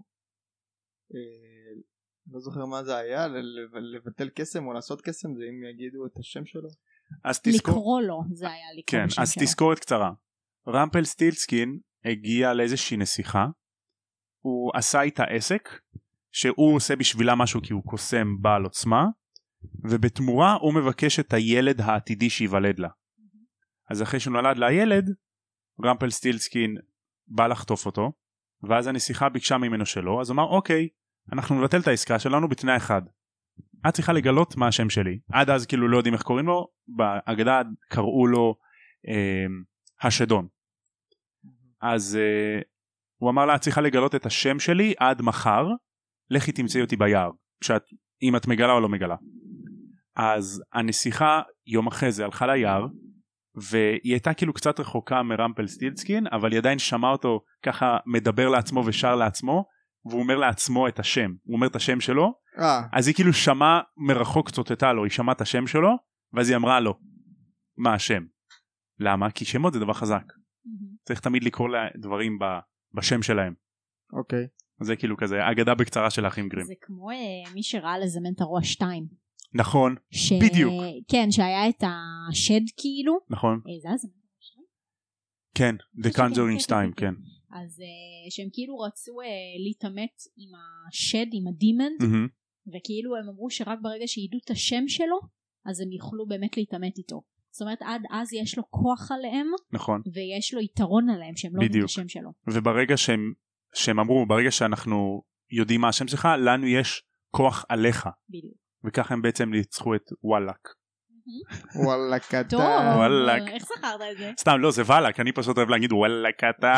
לא זוכר מה זה היה, לבטל קסם או לעשות קסם, זה אם יגידו את השם שלו. לקרוא לו, זה היה לקרוא כן, בשם אז שלו. תזכורת קצרה. רמפל סטילצקין הגיע לאיזושהי נסיכה, הוא עשה איתה עסק, שהוא עושה בשבילה משהו כי הוא קוסם בעל עוצמה, ובתמורה הוא מבקש את הילד העתידי שיוולד לה. אז אחרי שנולד לה הילד, רמפל סטילצקין בא לחטוף אותו, ואז הנסיכה ביקשה ממנו שלו, אז הוא אמר אוקיי, אנחנו נבטל את העסקה שלנו בתנאי אחד. את צריכה לגלות מה השם שלי. עד אז כאילו לא יודעים איך קוראים לו, בהגדה קראו לו אה, השדון. אז אה, הוא אמר לה, את צריכה לגלות את השם שלי עד מחר, לכי תמצאי אותי ביער, כשאת, אם את מגלה או לא מגלה. אז הנסיכה יום אחרי זה הלכה ליער, והיא הייתה כאילו קצת רחוקה מרמפל סטילצקין, אבל היא עדיין שמעה אותו ככה מדבר לעצמו ושר לעצמו, והוא אומר לעצמו את השם, הוא אומר את השם שלו, אה. אז היא כאילו שמעה מרחוק צוטטה לו, היא שמעה את השם שלו, ואז היא אמרה לו, מה השם? למה? כי שמות זה דבר חזק, צריך תמיד לקרוא לדברים בשם שלהם. אוקיי. זה כאילו כזה אגדה בקצרה של האחים גרים. זה כמו אה, מי שראה לזמן את הרוע שתיים. נכון, ש... בדיוק. כן, שהיה את השד כאילו. נכון. אה, זה היה זמן הרוע שתיים? כן, The Conjuring שתיים, כן. אז אה, שהם כאילו רצו אה, להתאמת עם השד, עם הדימנד, Mm-hmm. וכאילו הם אמרו שרק ברגע שידעו את השם שלו, אז הם יוכלו באמת להתאמת איתו. זאת אומרת, עד אז יש לו כוח עליהם, נכון. ויש לו יתרון עליהם שהם לא יודעים את השם שלו. וברגע שהם, שהם אמרו, ברגע שאנחנו יודעים מה השם שלך, לנו יש כוח עליך. בדיוק. וככה הם בעצם ניצחו את וואלק. וואלק אתה. טוב, וואלק. איך זכרת את זה? סתם, לא, זה וואלק, אני פשוט אוהב להגיד וואלק אתה.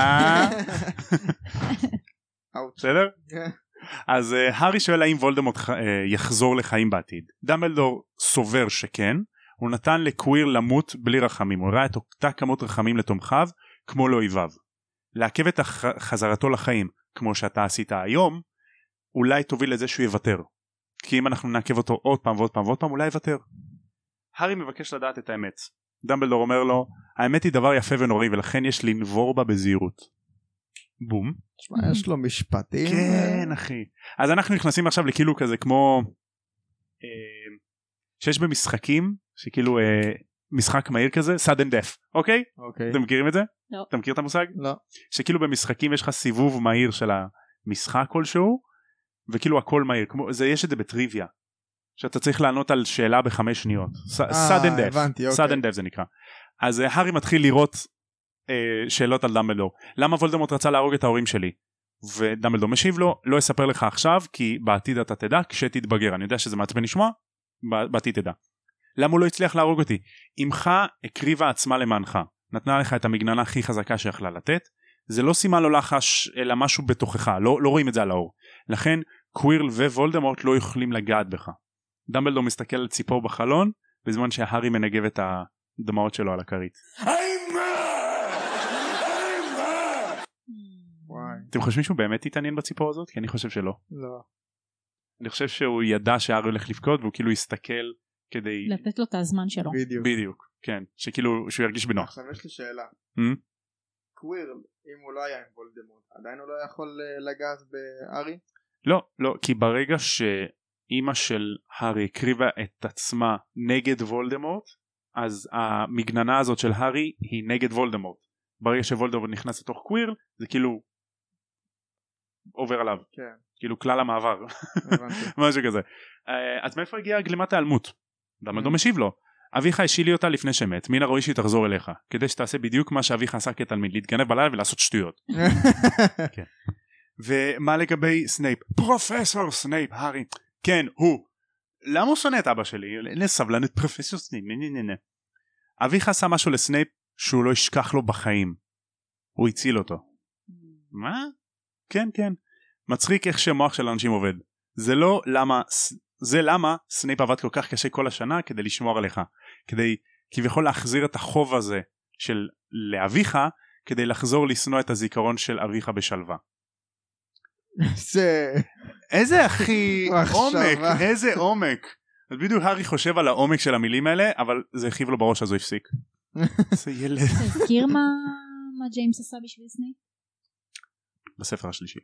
בסדר? אז uh, הארי שואל האם וולדמורט uh, יחזור לחיים בעתיד. דמבלדור סובר שכן, הוא נתן לקוויר למות בלי רחמים, הוא הראה את אותה כמות רחמים לתומכיו כמו לאויביו. לעכב את חזרתו לחיים כמו שאתה עשית היום, אולי תוביל לזה שהוא יוותר, כי אם אנחנו נעכב אותו עוד פעם ועוד פעם ועוד פעם אולי יוותר. הארי מבקש לדעת את האמת, דמבלדור אומר לו האמת היא דבר יפה ונוראי ולכן יש לנבור בה בזהירות. בום. תשמע, יש לו משפטים. כן אחי. אז אנחנו נכנסים עכשיו לכאילו כזה כמו אה, שיש במשחקים שכאילו אה, משחק מהיר כזה sudden death, אוקיי? אוקיי. אתם מכירים את זה? לא. אתה מכיר את המושג? לא. שכאילו במשחקים יש לך סיבוב מהיר של המשחק כלשהו וכאילו הכל מהיר, כמו זה יש את זה בטריוויה שאתה צריך לענות על שאלה בחמש שניות. sudden death. הבנתי, אוקיי. sudden death זה נקרא. אז uh, הארי מתחיל לראות uh, שאלות על דמבלדור. למה וולדמורט רצה להרוג את ההורים שלי? ודמבלדור משיב לו, לא אספר לך עכשיו כי בעתיד אתה תדע כשתתבגר. אני יודע שזה מעצבן לשמוע, בעתיד תדע. למה הוא לא הצליח להרוג אותי? אמך הקריבה עצמה למענך, נתנה לך את המגננה הכי חזקה שיכלה לתת, זה לא סימן לו לחש אלא משהו בתוכך, לא, לא רואים את זה על האור. לכן קווירל ווולדמורט לא יכולים לגעת בך. דמבלדור מסתכל על ציפור בחלון בזמן שהארי מנגב את הדמעות שלו על הכרית. אתם חושבים שהוא באמת התעניין בציפור הזאת? כי אני חושב שלא. לא. אני חושב שהוא ידע שהארי הולך לבכות והוא כאילו הסתכל כדי לתת לו את הזמן שלו. בדיוק. בדיוק, כן, שכאילו שהוא ירגיש בנוח. עכשיו יש לי שאלה. Hmm? קווירל, אם הוא לא היה עם וולדמורט, עדיין הוא לא יכול לגעת בארי? לא, לא, כי ברגע שאימא של הארי הקריבה את עצמה נגד וולדמורט, אז המגננה הזאת של הארי היא נגד וולדמורט. ברגע שוולדמורט נכנס לתוך קווירל, זה כאילו עובר עליו. כן. כאילו כלל המעבר. משהו כזה. אז מאיפה הגיעה גלימת ההיעלמות? דמבלדור משיב לו. אביך השיל לי אותה לפני שמת, מן הראוי שהיא תחזור אליך, כדי שתעשה בדיוק מה שאביך עשה כתלמיד, להתגנב בלילה ולעשות שטויות. כן. ומה לגבי סנייפ? פרופסור סנייפ, הארי. כן, הוא. למה הוא שונא את אבא שלי? אין סבלנות פרופסור סנייפ. אביך עשה משהו לסנייפ שהוא לא ישכח לו בחיים. הוא הציל אותו. מה? כן, כן. מצחיק איך שמוח של אנשים עובד. זה לא למה... זה למה סנייפ עבד כל כך קשה כל השנה כדי לשמור עליך, כדי כביכול להחזיר את החוב הזה של לאביך, כדי לחזור לשנוא את הזיכרון של אביך בשלווה. זה... איזה הכי עומק, איזה עומק. אז בדיוק הארי חושב על העומק של המילים האלה, אבל זה הכיב לו בראש אז הוא הפסיק. זה ילד. תזכיר מה מה ג'יימס עשה בשביל סנייפ? בספר השלישי.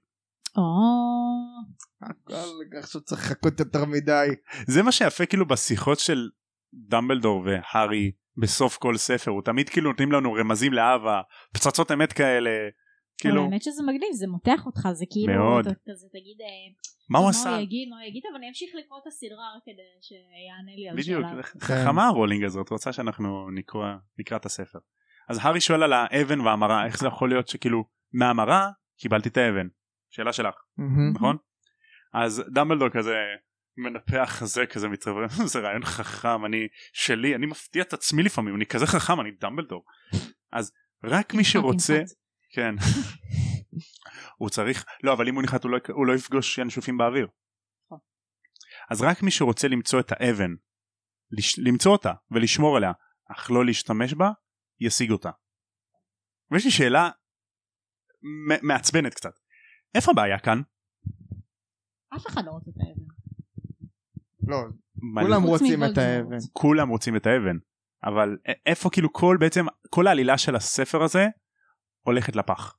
הכל עכשיו צריך לחכות יותר מדי. זה מה שיפה כאילו בשיחות של דמבלדור והארי בסוף כל ספר, הוא תמיד כאילו נותנים לנו רמזים לאהבה, פצצות אמת כאלה, כאילו האמת שזה מגניב, זה מותח אותך, זה כאילו מאוד. כזה תגיד מה הוא מה עשה? הוא יגיד, מה הוא יגיד, אבל אני אמשיך לקרוא את הסדרה רק כדי שיענה לי על השאלה. בדיוק, חכמה הרולינג הזאת, רוצה שאנחנו נקרא, נקרא את הספר. אז הארי שואל על האבן והמרה, איך זה יכול להיות שכאילו מהמרה קיבלתי את האבן? שאלה שלך, נכון? אז דמבלדור כזה מנפח זה כזה מתרבר, זה רעיון חכם, אני שלי, אני מפתיע את עצמי לפעמים, אני כזה חכם, אני דמבלדור. אז רק מי שרוצה, כן, הוא צריך, לא, אבל אם הוא נחת הוא לא, הוא לא יפגוש ינשופים באוויר. אז רק מי שרוצה למצוא את האבן, למצוא אותה ולשמור עליה, אך לא להשתמש בה, ישיג אותה. ויש לי שאלה מעצבנת קצת. איפה הבעיה כאן? אף אחד לא רוצה את האבן. לא, כולם רוצים את האבן. כולם רוצים את האבן. אבל איפה כאילו כל בעצם, כל העלילה של הספר הזה הולכת לפח.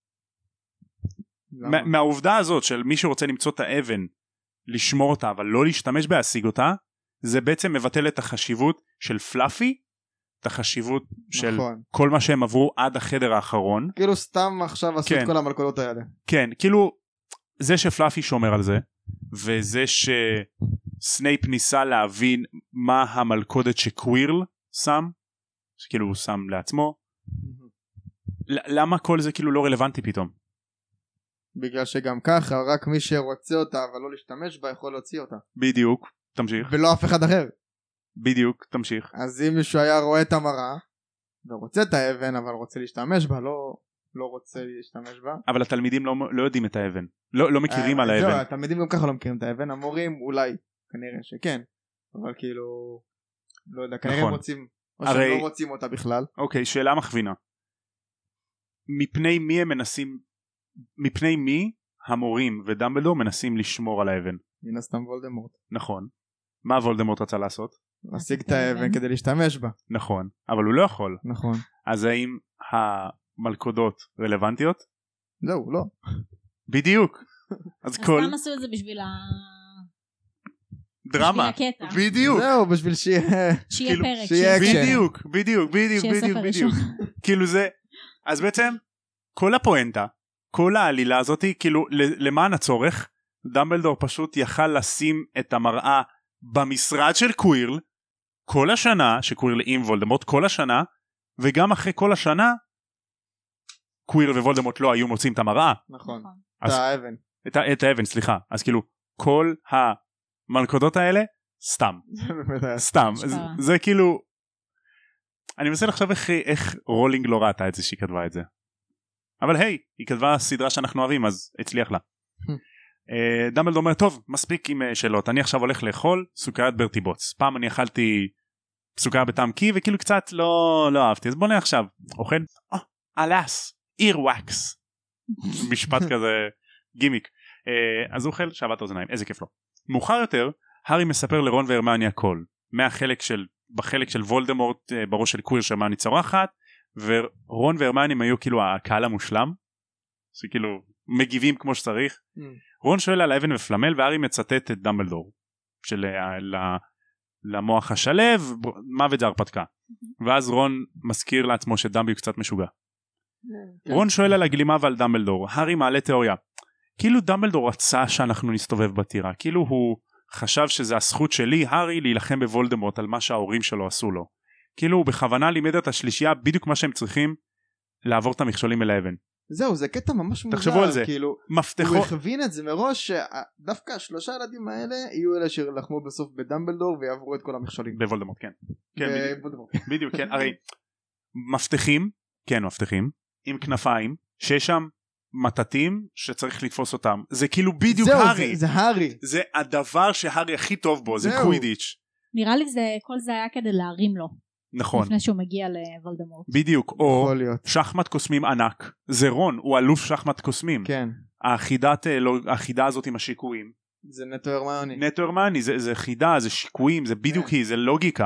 מהעובדה הזאת של מי שרוצה למצוא את האבן, לשמור אותה אבל לא להשתמש בהשיג אותה, זה בעצם מבטל את החשיבות של פלאפי, את החשיבות של כל מה שהם עברו עד החדר האחרון. כאילו סתם עכשיו עשו את כל המלכודות האלה. כן, כאילו זה שפלאפי שומר על זה, וזה שסנייפ ניסה להבין מה המלכודת שקווירל שם, שכאילו הוא שם לעצמו, למה כל זה כאילו לא רלוונטי פתאום? בגלל שגם ככה רק מי שרוצה אותה אבל לא להשתמש בה יכול להוציא אותה. בדיוק, תמשיך. ולא אף אחד אחר. בדיוק, תמשיך. אז אם מישהו היה רואה את המראה ורוצה את האבן אבל רוצה להשתמש בה, לא, לא רוצה להשתמש בה. אבל התלמידים לא, לא יודעים את האבן, לא, לא מכירים על האבן. זהו, התלמידים גם ככה לא מכירים את האבן, המורים אולי, כנראה שכן, אבל כאילו, לא יודע, כנראה הם רוצים, או שהם לא רוצים אותה בכלל. אוקיי, שאלה מכווינה. מפני מי הם מנסים, מפני מי המורים ודמבלדור מנסים לשמור על האבן. מן הסתם וולדמורט. נכון. מה וולדמורט רצה לעשות? להשיג את האבן כדי להשתמש בה. נכון, אבל הוא לא יכול. נכון. אז האם המלכודות רלוונטיות? זהו, לא. בדיוק. אז אז כל סתם עשו את זה בשביל ה... דרמה. בשביל הקטע. בדיוק. זהו, בשביל שיהיה... שיהיה כאילו, פרק. שיהיה שיהיה- אקשן. בדיוק, בדיוק, בדיוק, שיהיה בדיוק, ספר בדיוק. כאילו זה, אז בעצם כל הפואנטה, כל העלילה הזאת, כאילו ל- למען הצורך, דמבלדור פשוט יכל לשים את המראה במשרד של קווירל כל השנה, שקווירל עם וולדמורט כל השנה, וגם אחרי כל השנה קווירל ווולדמורט לא היו מוצאים את המראה, נכון. נכון. את אז- האבן. את, ה- את האבן, סליחה. אז כאילו כל המלכודות האלה סתם. סתם, השפעה. זה, זה כאילו אני מנסה לחשוב איך, איך רולינג לא ראתה את זה שהיא כתבה את זה, אבל היי, היא כתבה סדרה שאנחנו אוהבים אז הצליח לה. uh, דמבלדור אומר טוב מספיק עם uh, שאלות, אני עכשיו הולך לאכול סוכריית ברטי בוטס, פעם אני אכלתי סוכריה בטעם קי וכאילו קצת לא, לא אהבתי, אז בוא נראה עכשיו אוכל, oh, אלאס, איר וואקס, משפט כזה גימיק. uh, אז הוא אוכל שבת אוזניים, איזה כיף לו. מאוחר יותר הארי מספר לרון והרמיוני הכל, מהחלק של, בחלק של וולדמורט uh, בראש של קוויר שהרמיוני צורחת, ורון והרמיוני הם היו כאילו הקהל המושלם, שכאילו מגיבים כמו שצריך. רון שואל על האבן ופלמל והארי מצטט את דמבלדור של uh, למוח השלב, מוות זה הרפתקה, ואז רון מזכיר לעצמו שדמבי הוא קצת משוגע. רון שואל על הגלימה ועל דמבלדור, הארי מעלה תיאוריה, כאילו דמבלדור רצה שאנחנו נסתובב בטירה, כאילו הוא חשב שזה הזכות שלי, הארי, להילחם בוולדמורט על מה שההורים שלו עשו לו. כאילו הוא בכוונה לימד את השלישייה בדיוק מה שהם צריכים לעבור את המכשולים אל האבן. זהו, זה קטע ממש מוזר. תחשבו על זה. כאילו, מפתחות. הוא הכווין את זה מראש שדווקא השלושה ילדים האלה יהיו אלה שלחמו בסוף בדמבלדור ויעברו את כל המכשולים. בוולדמורט, כן. כן, בדיוק. בוולדמורט. בדיוק, כן. הרי מפתחים, כן מפתחים, עם כנפיים, שיש שם מטטים שצריך לתפוס אותם. זה כאילו בדיוק זהו, הארי. זה, זה הארי. זה הדבר שהארי הכי טוב בו, זה זהו. קווידיץ'. נראה לי זה, כל זה היה כדי להרים לו. נכון. לפני שהוא מגיע לוולדמורט. בדיוק. או יכול להיות. שחמט קוסמים ענק. זה רון, הוא אלוף שחמט קוסמים. כן. החידת, לא, החידה הזאת עם השיקויים. זה נטו הרמיוני. נטו הרמיוני, זה, זה חידה, זה שיקויים, זה בדיוק היא, זה לוגיקה.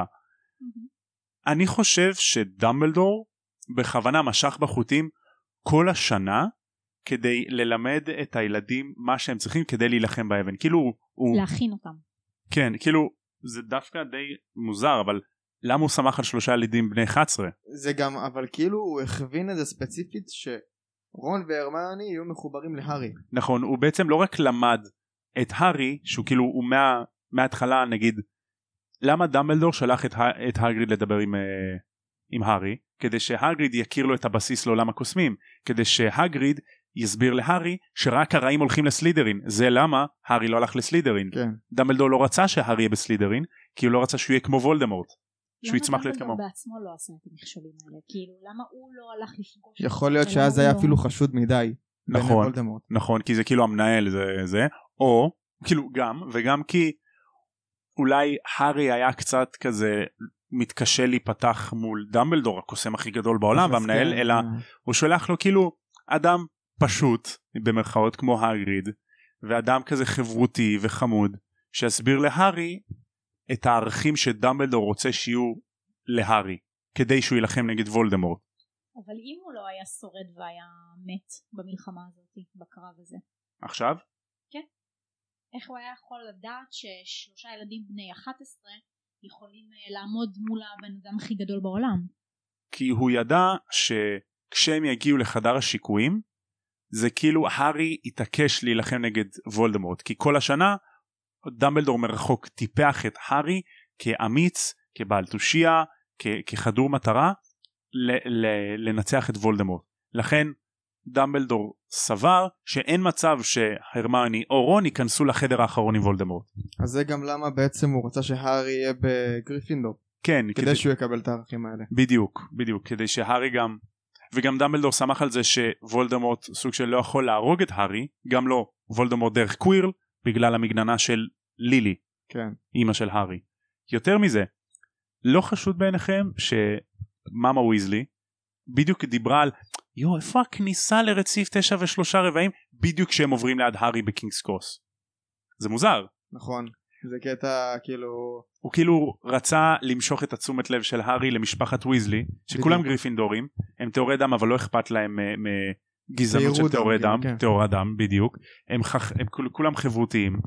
אני חושב שדמבלדור בכוונה משך בחוטים כל השנה כדי ללמד את הילדים מה שהם צריכים כדי להילחם באבן. כאילו הוא... להכין אותם. כן. כן, כאילו זה דווקא די מוזר, אבל למה הוא שמח על שלושה ילדים בני אחת עשרה? זה גם, אבל כאילו הוא הכווין את זה ספציפית שרון והרמיוני יהיו מחוברים להארי. נכון, הוא בעצם לא רק למד את הארי, שהוא כאילו הוא מה, מההתחלה נגיד, למה דמבלדור שלח את, את הגריד לדבר עם, עם הארי? כדי שהגריד יכיר לו את הבסיס לעולם הקוסמים, כדי שהגריד יסביר להארי שרק הרעים הולכים לסלידרין, זה למה הארי לא הלך לסלידרין. כן. דמבלדור לא רצה שהארי יהיה בסלידרין, כי הוא לא רצה שהוא יהיה כמו וולדמורט, שהוא יצמח להיות למה כמו. דמבלדור בעצמו לא עשה את המכשולים האלה? כאילו, למה הוא לא הלך לפגוש? יכול להיות ולמה שאז הוא היה לא- אפילו חשוד מדי. בעיני נכון. וולדמורט. נכון, כי זה כאילו המנהל זה זה, או כאילו גם וגם כי אולי הארי היה קצת כזה מתקשה להיפתח מול דמבלדור הקוסם הכי גדול בעולם והמנהל, כן, אלא אה. הוא שולח לו כאילו אדם פשוט במרכאות כמו הגריד, ואדם כזה חברותי וחמוד שיסביר להארי את הערכים שדמבלדור רוצה שיהיו להארי כדי שהוא ילחם נגד וולדמורט. אבל אם הוא לא היה שורד והיה מת במלחמה הזאת, בקרב הזה, עכשיו? איך הוא היה יכול לדעת ששלושה ילדים בני אחת עשרה יכולים אה, לעמוד מול הבן אדם הכי גדול בעולם? כי הוא ידע שכשהם יגיעו לחדר השיקויים זה כאילו הארי התעקש להילחם נגד וולדמורט, כי כל השנה דמבלדור מרחוק טיפח את הארי כאמיץ, כבעל תושייה, כ- כחדור מטרה ל- ל- לנצח את וולדמורט. לכן דמבלדור סבר שאין מצב שהרמיוני או רון ייכנסו לחדר האחרון עם וולדמורט. אז זה גם למה בעצם הוא רצה שהארי יהיה בגריפינדור. כן, כדי, כדי שהוא יקבל את הערכים האלה. בדיוק, בדיוק, כדי שהארי גם, וגם דמבלדור שמח על זה שוולדמורט סוג של לא יכול להרוג את הארי, גם לא וולדמורט דרך קווירל, בגלל המגננה של לילי, כן. אמא של הארי. יותר מזה, לא חשוד בעיניכם שמאמה ויזלי בדיוק דיברה על, יו, איפה הכניסה לרציף תשע ושלושה רבעים? בדיוק כשהם עוברים ליד הארי בקינגס קרוס. זה מוזר. נכון, זה קטע כאילו... הוא כאילו רצה למשוך את התשומת לב של הארי למשפחת ויזלי, שכולם גריפינדורים, הם תיאורי דם אבל לא אכפת להם מגזענות של תיאורי דם, תיאורי דם בדיוק, הם כולם חברותיים,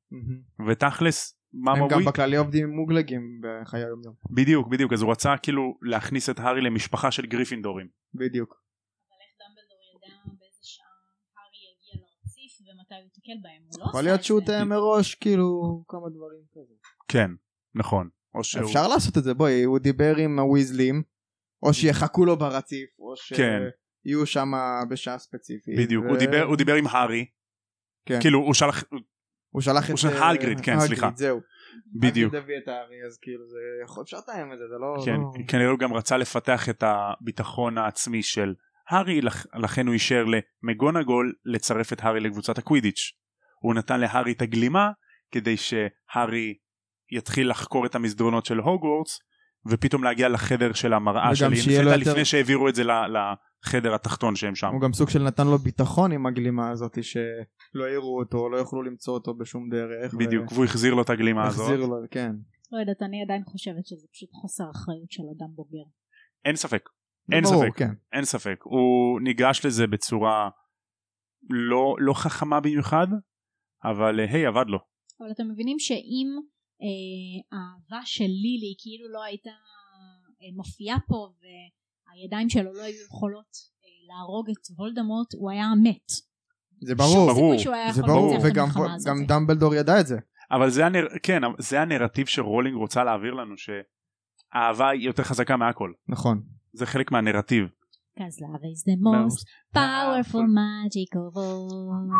ותכלס, הם גם בכללי עובדים מוגלגים בחיי היום יום. בדיוק, בדיוק, אז הוא רצה כאילו להכניס את הארי למשפחה של גריפינדורים. בדיוק. אבל איך דמבלדור ידע באיזה שעה הארי יגיע לרציף ומתי הוא יתקל בהם? יכול להיות שהוא תאם מראש כאילו כמה דברים כזה. כן, נכון. אפשר לעשות את זה, בואי, הוא דיבר עם הוויזלים, או שיחכו לו ברציף, או שיהיו שם בשעה ספציפית. בדיוק, הוא דיבר עם הארי, כאילו הוא שלח... הוא שלח את הגריד, כן, סליחה. זהו. בדיוק. הגריד הביא את הארי, אז כאילו זה יכול, אפשר לתאם את זה, זה לא... כן, כנראה הוא גם רצה לפתח את הביטחון העצמי של הארי, לכן הוא אישר למגונגול לצרף את הארי לקבוצת הקווידיץ'. הוא נתן להארי את הגלימה, כדי שהארי יתחיל לחקור את המסדרונות של הוגוורטס, ופתאום להגיע לחדר של המראה של אינפטה, לפני שהעבירו את זה לחדר התחתון שהם שם. הוא גם סוג של נתן לו ביטחון עם הגלימה הזאת, שלא יראו אותו, לא יוכלו למצוא אותו בשום דרך. בדיוק, והוא החזיר לו את הגלימה הזאת. החזיר לו, כן. לא יודעת, אני עדיין חושבת שזה פשוט חוסר אחריות של אדם בוגר. אין ספק, אין ספק, אין ספק. הוא ניגש לזה בצורה לא חכמה במיוחד, אבל היי, עבד לו. אבל אתם מבינים שאם האהבה של לילי כאילו לא הייתה מופיעה פה והידיים שלו לא היו יכולות להרוג את וולדמורט, הוא היה מת. זה ברור, ברור. זה ברור, וגם דמבלדור ידע את זה. אבל זה הנר... כן, זה הנרטיב שרולינג רוצה להעביר לנו, שהאהבה היא יותר חזקה מהכל. נכון. זה חלק מהנרטיב. Cause love is the most powerful magical ball.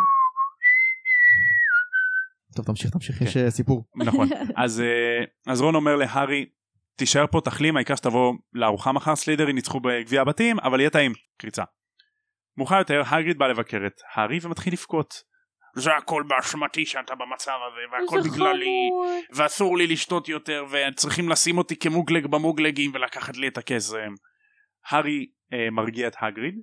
טוב, תמשיך, תמשיך, יש סיפור. נכון, אז רון אומר להארי, תישאר פה תחלים, העיקר שתבוא לארוחה מחר, סלידרין ניצחו בגביע הבתים, אבל יהיה טעים, קריצה. מאוחר יותר, הגריד בא לבקר את הארי ומתחיל לבכות. זה הכל באשמתי שאתה במצב הזה, והכל בגללי, ואסור לי לשתות יותר, וצריכים לשים אותי כמוגלג במוגלגים ולקחת לי את הקסם. הארי אה, מרגיע את הגריד,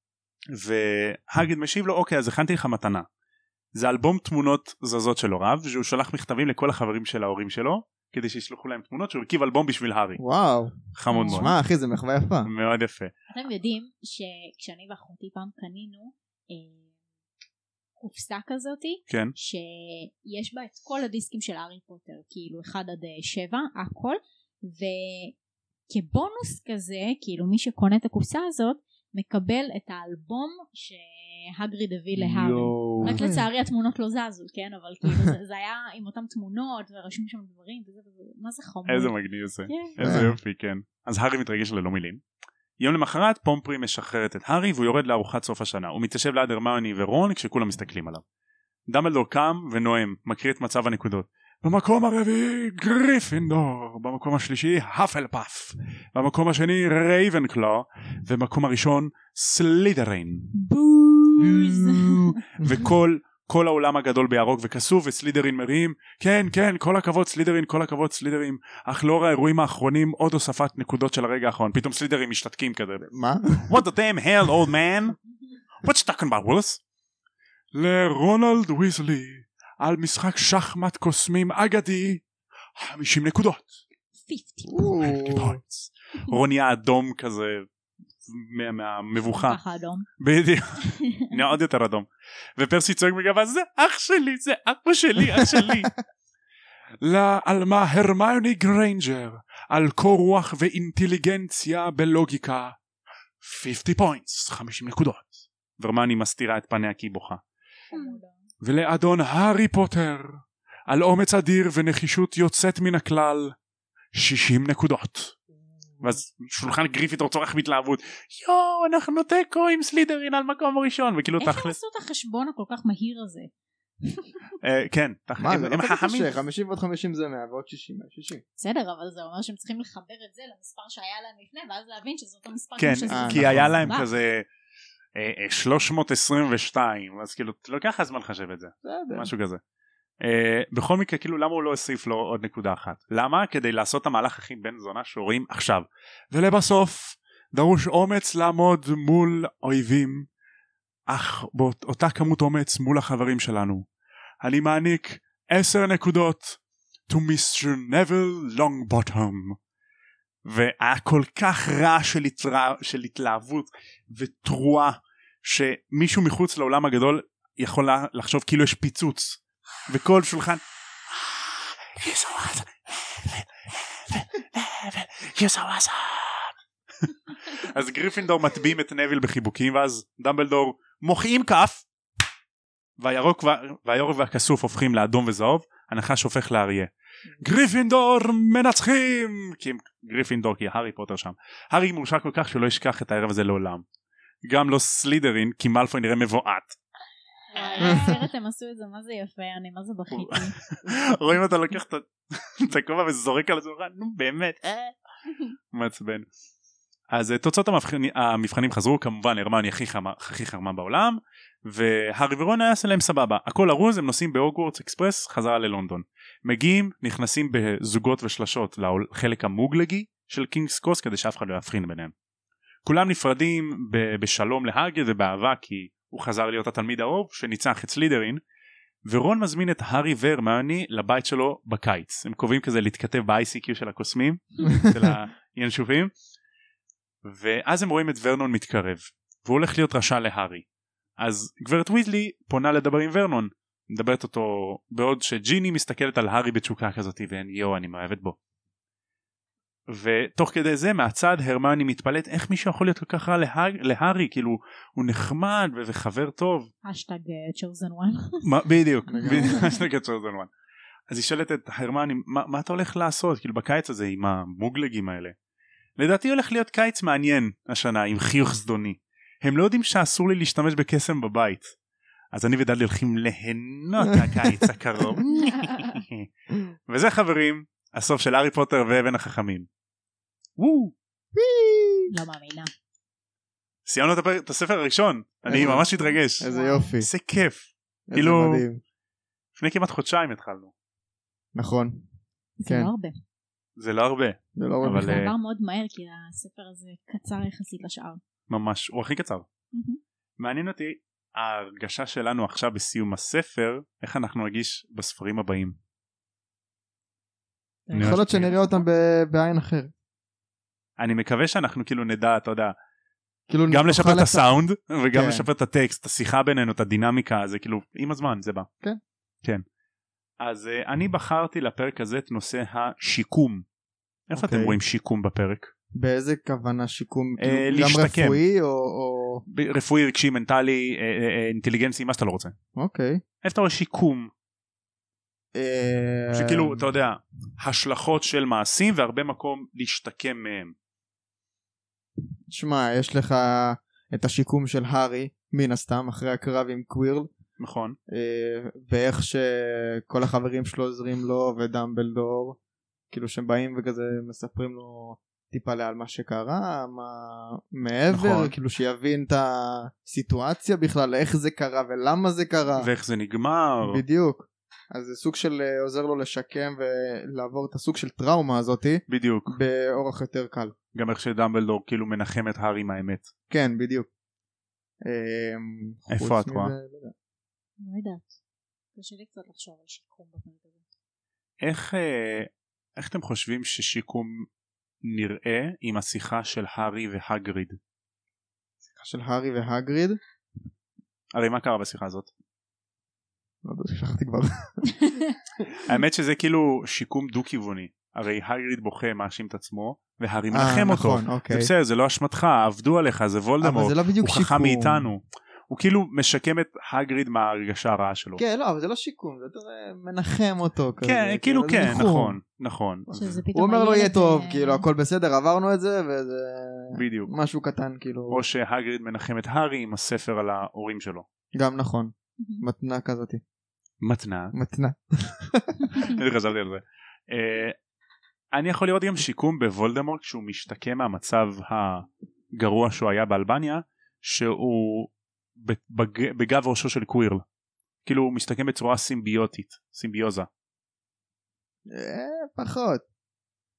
והגריד משיב לו, אוקיי, אז הכנתי לך מתנה. זה אלבום תמונות זזות של הוריו, שהוא שלח מכתבים לכל החברים של ההורים שלו, כדי שישלחו להם תמונות, שהוא הרכיב אלבום בשביל הארי. וואו. חמוד מאוד. שמע אחי, זה מחווה יפה. מאוד יפה. אתם יודעים שכשאני ואחותי פעם קנינו אה, קופסה כזאתי, כן. שיש בה את כל הדיסקים של הארי פוטר, כאילו אחד עד שבע, הכל, וכבונוס כזה, כאילו מי שקונה את הקופסה הזאת, מקבל את האלבום שהגריד הביא להארי. רק לצערי התמונות לא זזו, כן? אבל כאילו זה, זה היה עם אותן תמונות ורשמו שם דברים, וזה, וזה, מה זה חמוד. איזה מגניב זה. כן. איזה יופי, כן. אז הארי מתרגש ללא מילים. יום למחרת פומפרי משחררת את הארי והוא יורד לארוחת סוף השנה. הוא מתיישב ליד הרמיוני ורון כשכולם מסתכלים עליו. דמבלדור קם ונואם, מקריא את מצב הנקודות. במקום הרביעי גריפינדור, במקום השלישי האפלפאף, במקום השני רייבנקלו, ובמקום הראשון סלידרין. בוז. וכל כל העולם הגדול בירוק וכסוף, וסלידרין מרים, כן כן כל הכבוד סלידרין, כל הכבוד סלידרין, אך לאור האירועים האחרונים עוד הוספת נקודות של הרגע האחרון. פתאום סלידרין משתתקים כזה. מה? What the damn hell old man? What you talking about Willis? לרונלד ויזלי על משחק שחמט קוסמים אגדי חמישים נקודות. חמישים פוינטס. רוני האדום כזה מהמבוכה. ככה אדום. בדיוק. נהיה עוד יותר אדום. ופרסי צועק בגבה, זה אח שלי, זה אח שלי, אח שלי. לעלמה הרמיוני גריינג'ר על קור רוח ואינטליגנציה בלוגיקה חמישים פוינטס, חמישים נקודות. והרמיוני מסתירה את פניה כי היא בוכה. ולאדון הארי פוטר על אומץ אדיר ונחישות יוצאת מן הכלל שישים נקודות. ואז שולחן גריפיטור צורח בהתלהבות, יואו אנחנו תיקו עם סלידרין על מקום הראשון. וכאילו איך הם עשו את החשבון הכל כך מהיר הזה? כן, מה זה לא כזה קשה, חמישים ועוד חמישים זה מאה ועוד שישים, שישים. בסדר, אבל זה אומר שהם צריכים לחבר את זה למספר שהיה להם לפני ואז להבין שזה אותו מספר. כן, כי היה להם כזה שלוש מאות עשרים ושתיים, אז כאילו לוקח הזמן לחשב את זה, משהו כזה. בכל מקרה כאילו למה הוא לא הוסיף לו עוד נקודה אחת? למה? כדי לעשות את המהלך הכי בן זונה שרואים עכשיו. ולבסוף דרוש אומץ לעמוד מול אויבים, אך באותה כמות אומץ מול החברים שלנו. אני מעניק עשר נקודות to מיסטר Neville Longbottom. והיה כל כך רע של, התרא... של התלהבות ותרועה, שמישהו מחוץ לעולם הגדול יכול לחשוב כאילו יש פיצוץ, וכל שולחן אז גריפינדור מטביעים את נביל בחיבוקים, ואז דמבלדור מוחאים כף, והירוק והירוק והכסוף הופכים לאדום וזהוב, הנחש הופך לאריה. גריפינדור מנצחים, כי גריפינדור, כי הארי פוטר שם. הארי מורשע כל כך שלא ישכח את הערב הזה לעולם. גם לא סלידרין, כי מאלפוי נראה מבועת. הסרט הם עשו את זה, מה זה יפה, אני מה זה בכיתי. רואים אותה לוקח את הכובע וזורק על השולחן, נו באמת, מעצבן. אז תוצאות המבחנים חזרו, כמובן הרמיוני הכי חכמה בעולם, והארי ורון היה עושה להם סבבה, הכל ארוז, הם נוסעים בהוגוורטס אקספרס חזרה ללונדון, מגיעים, נכנסים בזוגות ושלשות לחלק המוגלגי של קינגס קרוס, כדי שאף אחד לא יבחין ביניהם. כולם נפרדים בשלום להגריד ובאהבה, כי הוא חזר להיות התלמיד האהוב שניצח את סלידרין, ורון מזמין את הארי והרמיוני לבית שלו בקיץ. הם קובעים כזה להתכתב ב-איי סי קיו של הקוסמים, של הינשופים, ואז הם רואים את ורנון מתקרב, והוא הולך להיות רשע להארי. אז גברת ויזלי פונה לדבר עם ורנון, מדברת אותו, בעוד שג'יני מסתכלת על הארי בתשוקה כזאת, ואין יו, אני מאוהבת בו. ותוך כדי זה מהצד הרמיוני מתפלט איך מישהו יכול להיות כל כך רע להארי, כאילו הוא נחמד וחבר טוב. השטג chosen one. בדיוק, השטג chosen one. אז היא שואלת את הרמיוני, מה אתה הולך לעשות כאילו בקיץ הזה עם המוגלגים האלה? לדעתי הולך להיות קיץ מעניין השנה עם חיוך זדוני. הם לא יודעים שאסור לי להשתמש בקסם בבית, אז אני ודלי הולכים ליהנות מהקיץ הקרוב. וזה חברים, הסוף של הארי פוטר ואבן החכמים. וואו, לא מאמינה. סיימנו את הספר הראשון, אני ממש מתרגש. איזה יופי, זה כיף. איזה כאילו מדהים. לפני כמעט חודשיים התחלנו. נכון, זה כן. לא הרבה. זה לא הרבה, זה לא אבל זה אה, עבר מאוד מהר כי הספר הזה קצר יחסית לשאר. ממש, הוא הכי קצר. מעניין אותי ההרגשה שלנו עכשיו בסיום הספר, איך אנחנו נרגיש בספרים הבאים. יכול להיות שנראה אותם ב- בעין אחר. אני מקווה שאנחנו כאילו נדע, אתה יודע, כאילו גם נוכל לשפר את לת- הסאונד וגם כן. לשפר את הטקסט, את השיחה בינינו, את הדינמיקה, זה כאילו עם הזמן זה בא. כן. כן. אז uh, אני בחרתי לפרק הזה את נושא השיקום. איפה אוקיי. אתם רואים שיקום בפרק? באיזה כוונה שיקום? אה, כאילו, גם להשתקם. רפואי או... או... ב- רפואי, רגשי, מנטלי, אה, אה, אינטליגנצי, מה שאתה לא רוצה. אוקיי. איפה אתה רואה שיקום? אה, שכאילו, אתה יודע, השלכות של מעשים והרבה מקום להשתקם מהם. תשמע, יש לך את השיקום של הארי, מן הסתם, אחרי הקרב עם קווירל, נכון? אה, ואיך שכל החברים שלו עוזרים לו ודמבלדור, כאילו שהם באים וכזה מספרים לו טיפה על מה שקרה, מה מעבר, נכון. כאילו שיבין את הסיטואציה בכלל, איך זה קרה ולמה זה קרה. ואיך זה נגמר. בדיוק. אז זה סוג של אה, עוזר לו לשקם ולעבור את הסוג של טראומה הזאתי בדיוק. באורח יותר קל. גם איך שדמבלדור כאילו מנחם את הארי עם האמת. כן, בדיוק. אה, איפה חוץ את רואה? מזה, לא יודע. לא יודעת. קשה לי קצת לחשוב על שיקום בפרק הזה. איך, אה, איך אתם חושבים ששיקום נראה עם השיחה של הארי והגריד? של הארי והגריד? הרי מה קרה בשיחה הזאת? לא יודע, שכחתי כבר. האמת שזה כאילו שיקום דו כיווני. הרי הגריד בוכה, מאשים את עצמו, והארי אה, מנחם אותו. נכון, זה אוקיי. בסדר, זה לא אשמתך, עבדו עליך, זה אבל וולדמורט, זה לא בדיוק הוא שיקום. חכם מאיתנו. הוא כאילו משקם את הגריד מההרגשה הרעה שלו. כן, לא, אבל זה לא שיקום, זה יותר אה, מנחם אותו. כזה, כן, כאילו זה כן, ניחום. נכון, נכון. שזה פתאום הוא אומר לו הילד, יהיה טוב, אה, כאילו הכל בסדר, עברנו את זה, וזה בדיוק. משהו קטן, כאילו. או שהגריד מנחם את הארי עם הספר על ההורים שלו. גם נכון, מהמם. מתנה כזאת. מתנה. מתנה. אני חשבתי על זה. אה, אני יכול לראות גם שיקום בוולדמורט כשהוא משתקם מהמצב הגרוע שהוא היה באלבניה, שהוא בג- בגב ראשו של קווירל. כאילו הוא משתקם בצורה סימביוטית, סימביוזה. אה, פחות.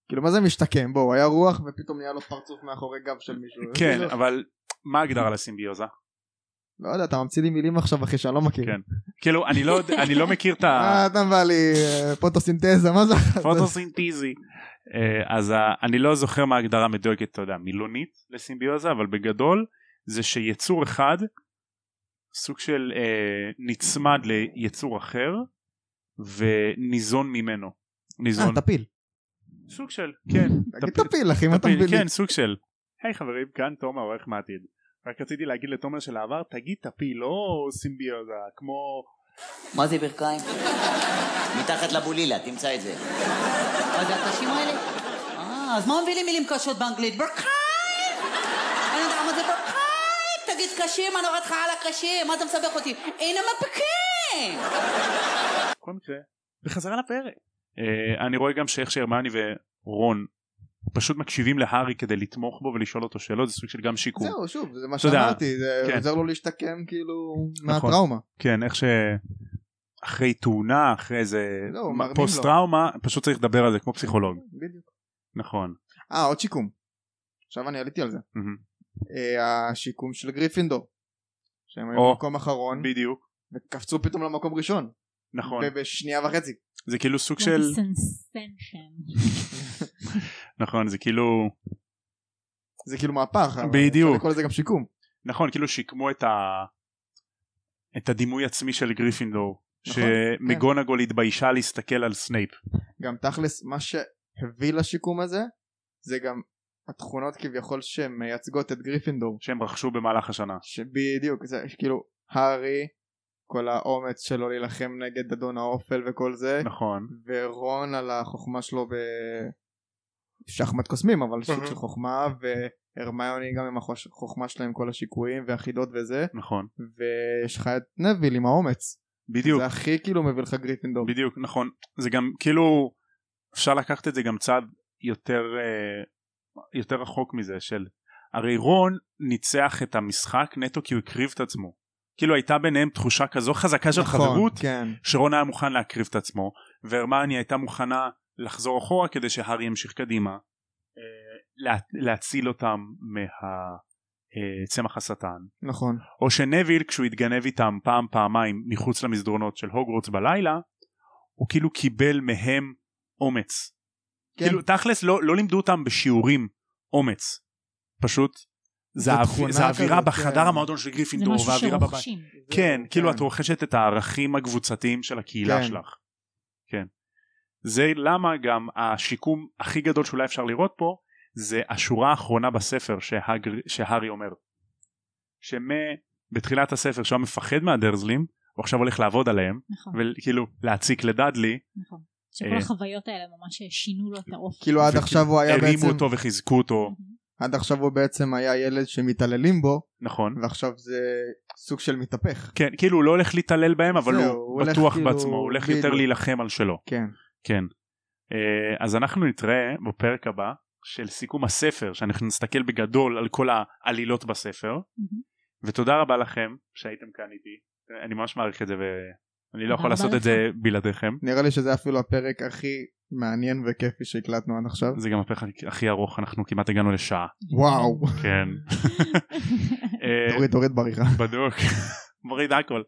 כאילו מה זה משתקם? בואו, היה רוח ופתאום נהיה לו פרצוף מאחורי גב של מישהו. כן, אבל מה הגדרה לסימביוזה? לא יודע, אתה ממציא לי מילים עכשיו אחי שאני לא מכיר. כן. כאילו, אני לא, אני לא מכיר את ה... אה, אתה מבא לי פוטוסינתזה, מה זה? פוטוסינתיזי. אז אני לא זוכר מה ההגדרה המדויקת, אתה יודע, מילונית לסימביוזה, אבל בגדול זה שיצור אחד, סוג של נצמד ליצור אחר, וניזון ממנו. ניזון. אה, תפיל. סוג של, כן. תגיד תפיל, אחי, מה אתה מבין? כן, סוג של. היי חברים, כאן תומר, עורך מעתיד. רק רציתי להגיד לתומר של העבר, תגיד תפיל, לא סימביוזה, כמו... מה זה ברכיים? מתחת לבולילה, תמצא את זה. מה זה הקשים האלה? אה, אז מה מבינים מילים קשות באנגלית? ברכיים! אני יודע מה זה ברכיים! תגיד קשים, אני רואה אותך על הקשים, מה אתה מסבך אותי? הנה מפקים! בכל מקרה, בחזרה לפרק. אני רואה גם שאיך שהרמיוני ורון פשוט מקשיבים להארי כדי לתמוך בו ולשאול אותו שאלות, זה סוג של גם שיקום. זהו, שוב, זה מה שאמרתי, זה עוזר לו להשתקם כאילו מהטראומה. כן, איך שאחרי תאונה, אחרי איזה פוסט טראומה, פשוט צריך לדבר על זה כמו פסיכולוג. בדיוק. נכון. אה, עוד שיקום. עכשיו אני עליתי על זה. השיקום של גריפינדור. שהם היו במקום אחרון. בדיוק. וקפצו פתאום למקום ראשון. נכון. ובשנייה וחצי. זה כאילו סוג של... נכון, זה כאילו... זה כאילו מהפך. בדיוק. אפשר לקרוא לזה גם שיקום. נכון, כאילו שיקמו את ה... את הדימוי עצמי של גריפינדור. שמגונגול התביישה להסתכל על סנייפ. גם תכלס, מה שהביא לשיקום הזה, זה גם התכונות כביכול שמייצגות את גריפינדור. שהם רכשו במהלך השנה. שבדיוק, זה כאילו, הארי... כל האומץ שלו להילחם נגד אדון האופל וכל זה. נכון. ורון על החוכמה שלו בשחמט קוסמים, אבל סוג של חוכמה, והרמיוני גם עם החוכמה שלהם, כל השיקויים והחידות וזה. נכון. ויש לך את נביל עם האומץ. בדיוק. זה הכי כאילו מביא לך גריפינדור. בדיוק, נכון. זה גם כאילו, אפשר לקחת את זה גם צעד יותר, יותר רחוק מזה, של הרי רון ניצח את המשחק נטו כי הוא הקריב את עצמו. כאילו הייתה ביניהם תחושה כזו חזקה של נכון, חברות, כן. שרון היה מוכן להקריב את עצמו, והרמיוני הייתה מוכנה לחזור אחורה כדי שהארי ימשיך קדימה, לה, להציל אותם מהצמח השטן. נכון. או שנביל כשהוא התגנב איתם פעם פעמיים מחוץ למסדרונות של הוגוורטס בלילה, הוא כאילו קיבל מהם אומץ. כן. כאילו תכלס לא, לא לימדו אותם בשיעורים אומץ, פשוט זה האווירה בחדר המועדון של גריפינדור, זה משהו שרוכשים. כן, כאילו את רוכשת את הערכים הקבוצתיים של הקהילה שלך. כן. זה למה גם השיקום הכי גדול שאולי אפשר לראות פה, זה השורה האחרונה בספר שהארי אומר. שבתחילת הספר שהוא מפחד מהדרזלים, הוא עכשיו הולך לעבוד עליהם, וכאילו להציק לדאדלי. נכון. שכל החוויות האלה ממש שינו לו את האופן. כאילו עד עכשיו הוא היה בעצם... הרימו אותו וחיזקו אותו. עד עכשיו הוא בעצם היה ילד שמתעללים בו. נכון. ועכשיו זה סוג של מתהפך. כן, כאילו הוא לא הולך להתעלל בהם, אבל הוא בטוח בעצמו, הוא הולך יותר להילחם על שלו. כן. כן. אז אנחנו נתראה בפרק הבא של סיכום הספר, שאנחנו נסתכל בגדול על כל העלילות בספר. ותודה רבה לכם שהייתם כאן איתי. אני ממש מעריך את זה ואני לא יכול לעשות את זה בלעדיכם. נראה לי שזה אפילו הפרק הכי מעניין וכיפי שהקלטנו עד עכשיו. זה גם הפרק הכי ארוך, אנחנו כמעט הגענו לשעה. וואו. כן. תוריד, תוריד בעריכה. בדיוק. מוריד הכל.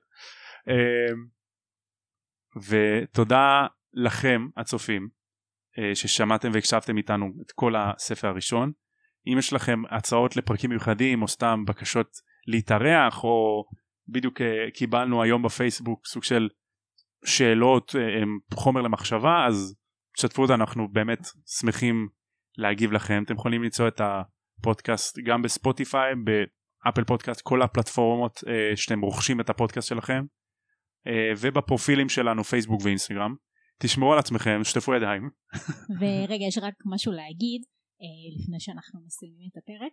ותודה לכם הצופים ששמעתם והקשבתם איתנו את כל הספר הראשון. אם יש לכם הצעות לפרקים מיוחדים או סתם בקשות להתארח, או בדיוק קיבלנו היום בפייסבוק סוג של שאלות, חומר למחשבה, אז שתפו אותנו, אנחנו באמת שמחים להגיב לכם. אתם יכולים למצוא את הפודקאסט גם בספוטיפיי, באפל פודקאסט, כל הפלטפורמות שאתם רוכשים את הפודקאסט שלכם, ובפרופילים שלנו פייסבוק ואינסטגרם. תשמעו על עצמכם, שתפו ידיים. ורגע, יש רק משהו להגיד לפני שאנחנו מסיימים את הפרק,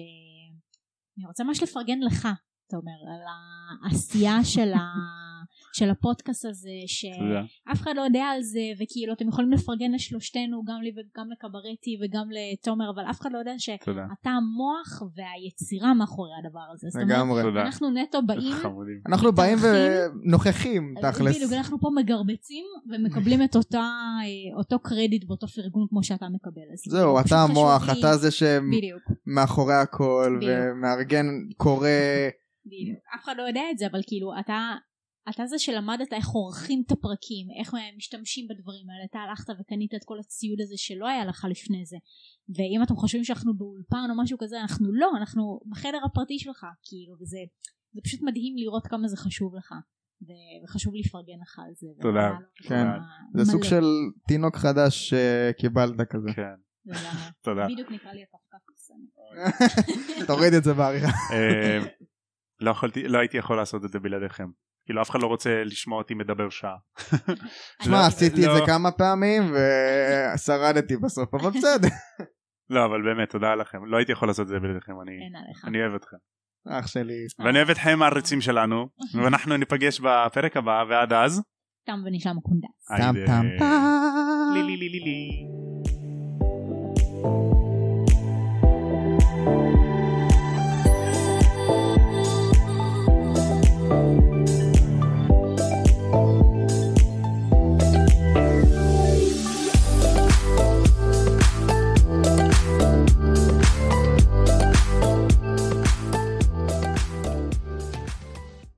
שאני רוצה ממש לפרגן לך, אתה אומר, על העשייה של, ה... של הפודקאסט הזה, שאף אחד לא יודע על זה, וכאילו אתם יכולים לפרגן לשלושתנו, גם לי וגם לקברטי וגם לתומר, אבל אף אחד לא יודע שאתה המוח והיצירה מאחורי הדבר הזה. לגמרי. אנחנו נטו באים, אנחנו באים ונוכחים תכלס. בדיוק, אנחנו פה מגרבצים ומקבלים את אותו קרדיט באותו פרגון כמו שאתה מקבל. זהו, אתה המוח, אתה זה שמאחורי הכל ומארגן קורא. אף אחד לא יודע את זה, אבל כאילו אתה אתה זה שלמדת איך עורכים את הפרקים, איך משתמשים בדברים האלה. אתה הלכת וקנית את כל הציוד הזה שלא היה לך לפני זה, ואם אתם חושבים שאנחנו באולפן או משהו כזה, אנחנו לא, אנחנו בחדר הפרטי שלך, כאילו, וזה זה פשוט מדהים לראות כמה זה חשוב לך, וחשוב לפרגן לך על זה. תודה. כן, זה סוג של תינוק חדש שקיבלת כזה. כן. תודה. בדיוק נקרא לי הפקפק. תוריד את זה בעריכה. לא יכולתי, לא הייתי יכול לעשות את זה בלעדיכם. כאילו אף אחד לא רוצה לשמוע אותי מדבר שעה. שמע, עשיתי את זה כמה פעמים ושרדתי בסוף, אבל בסדר. לא, אבל באמת, תודה לכם. לא הייתי יכול לעשות את זה בלעדיכם. אני אוהב אתכם. אח שלי. ואני אוהב אתכם העריצים שלנו, ואנחנו ניפגש בפרק הבא, ועד אז. תם ונשלם הקונדס. תם תם תם. לי לי לי לי לי.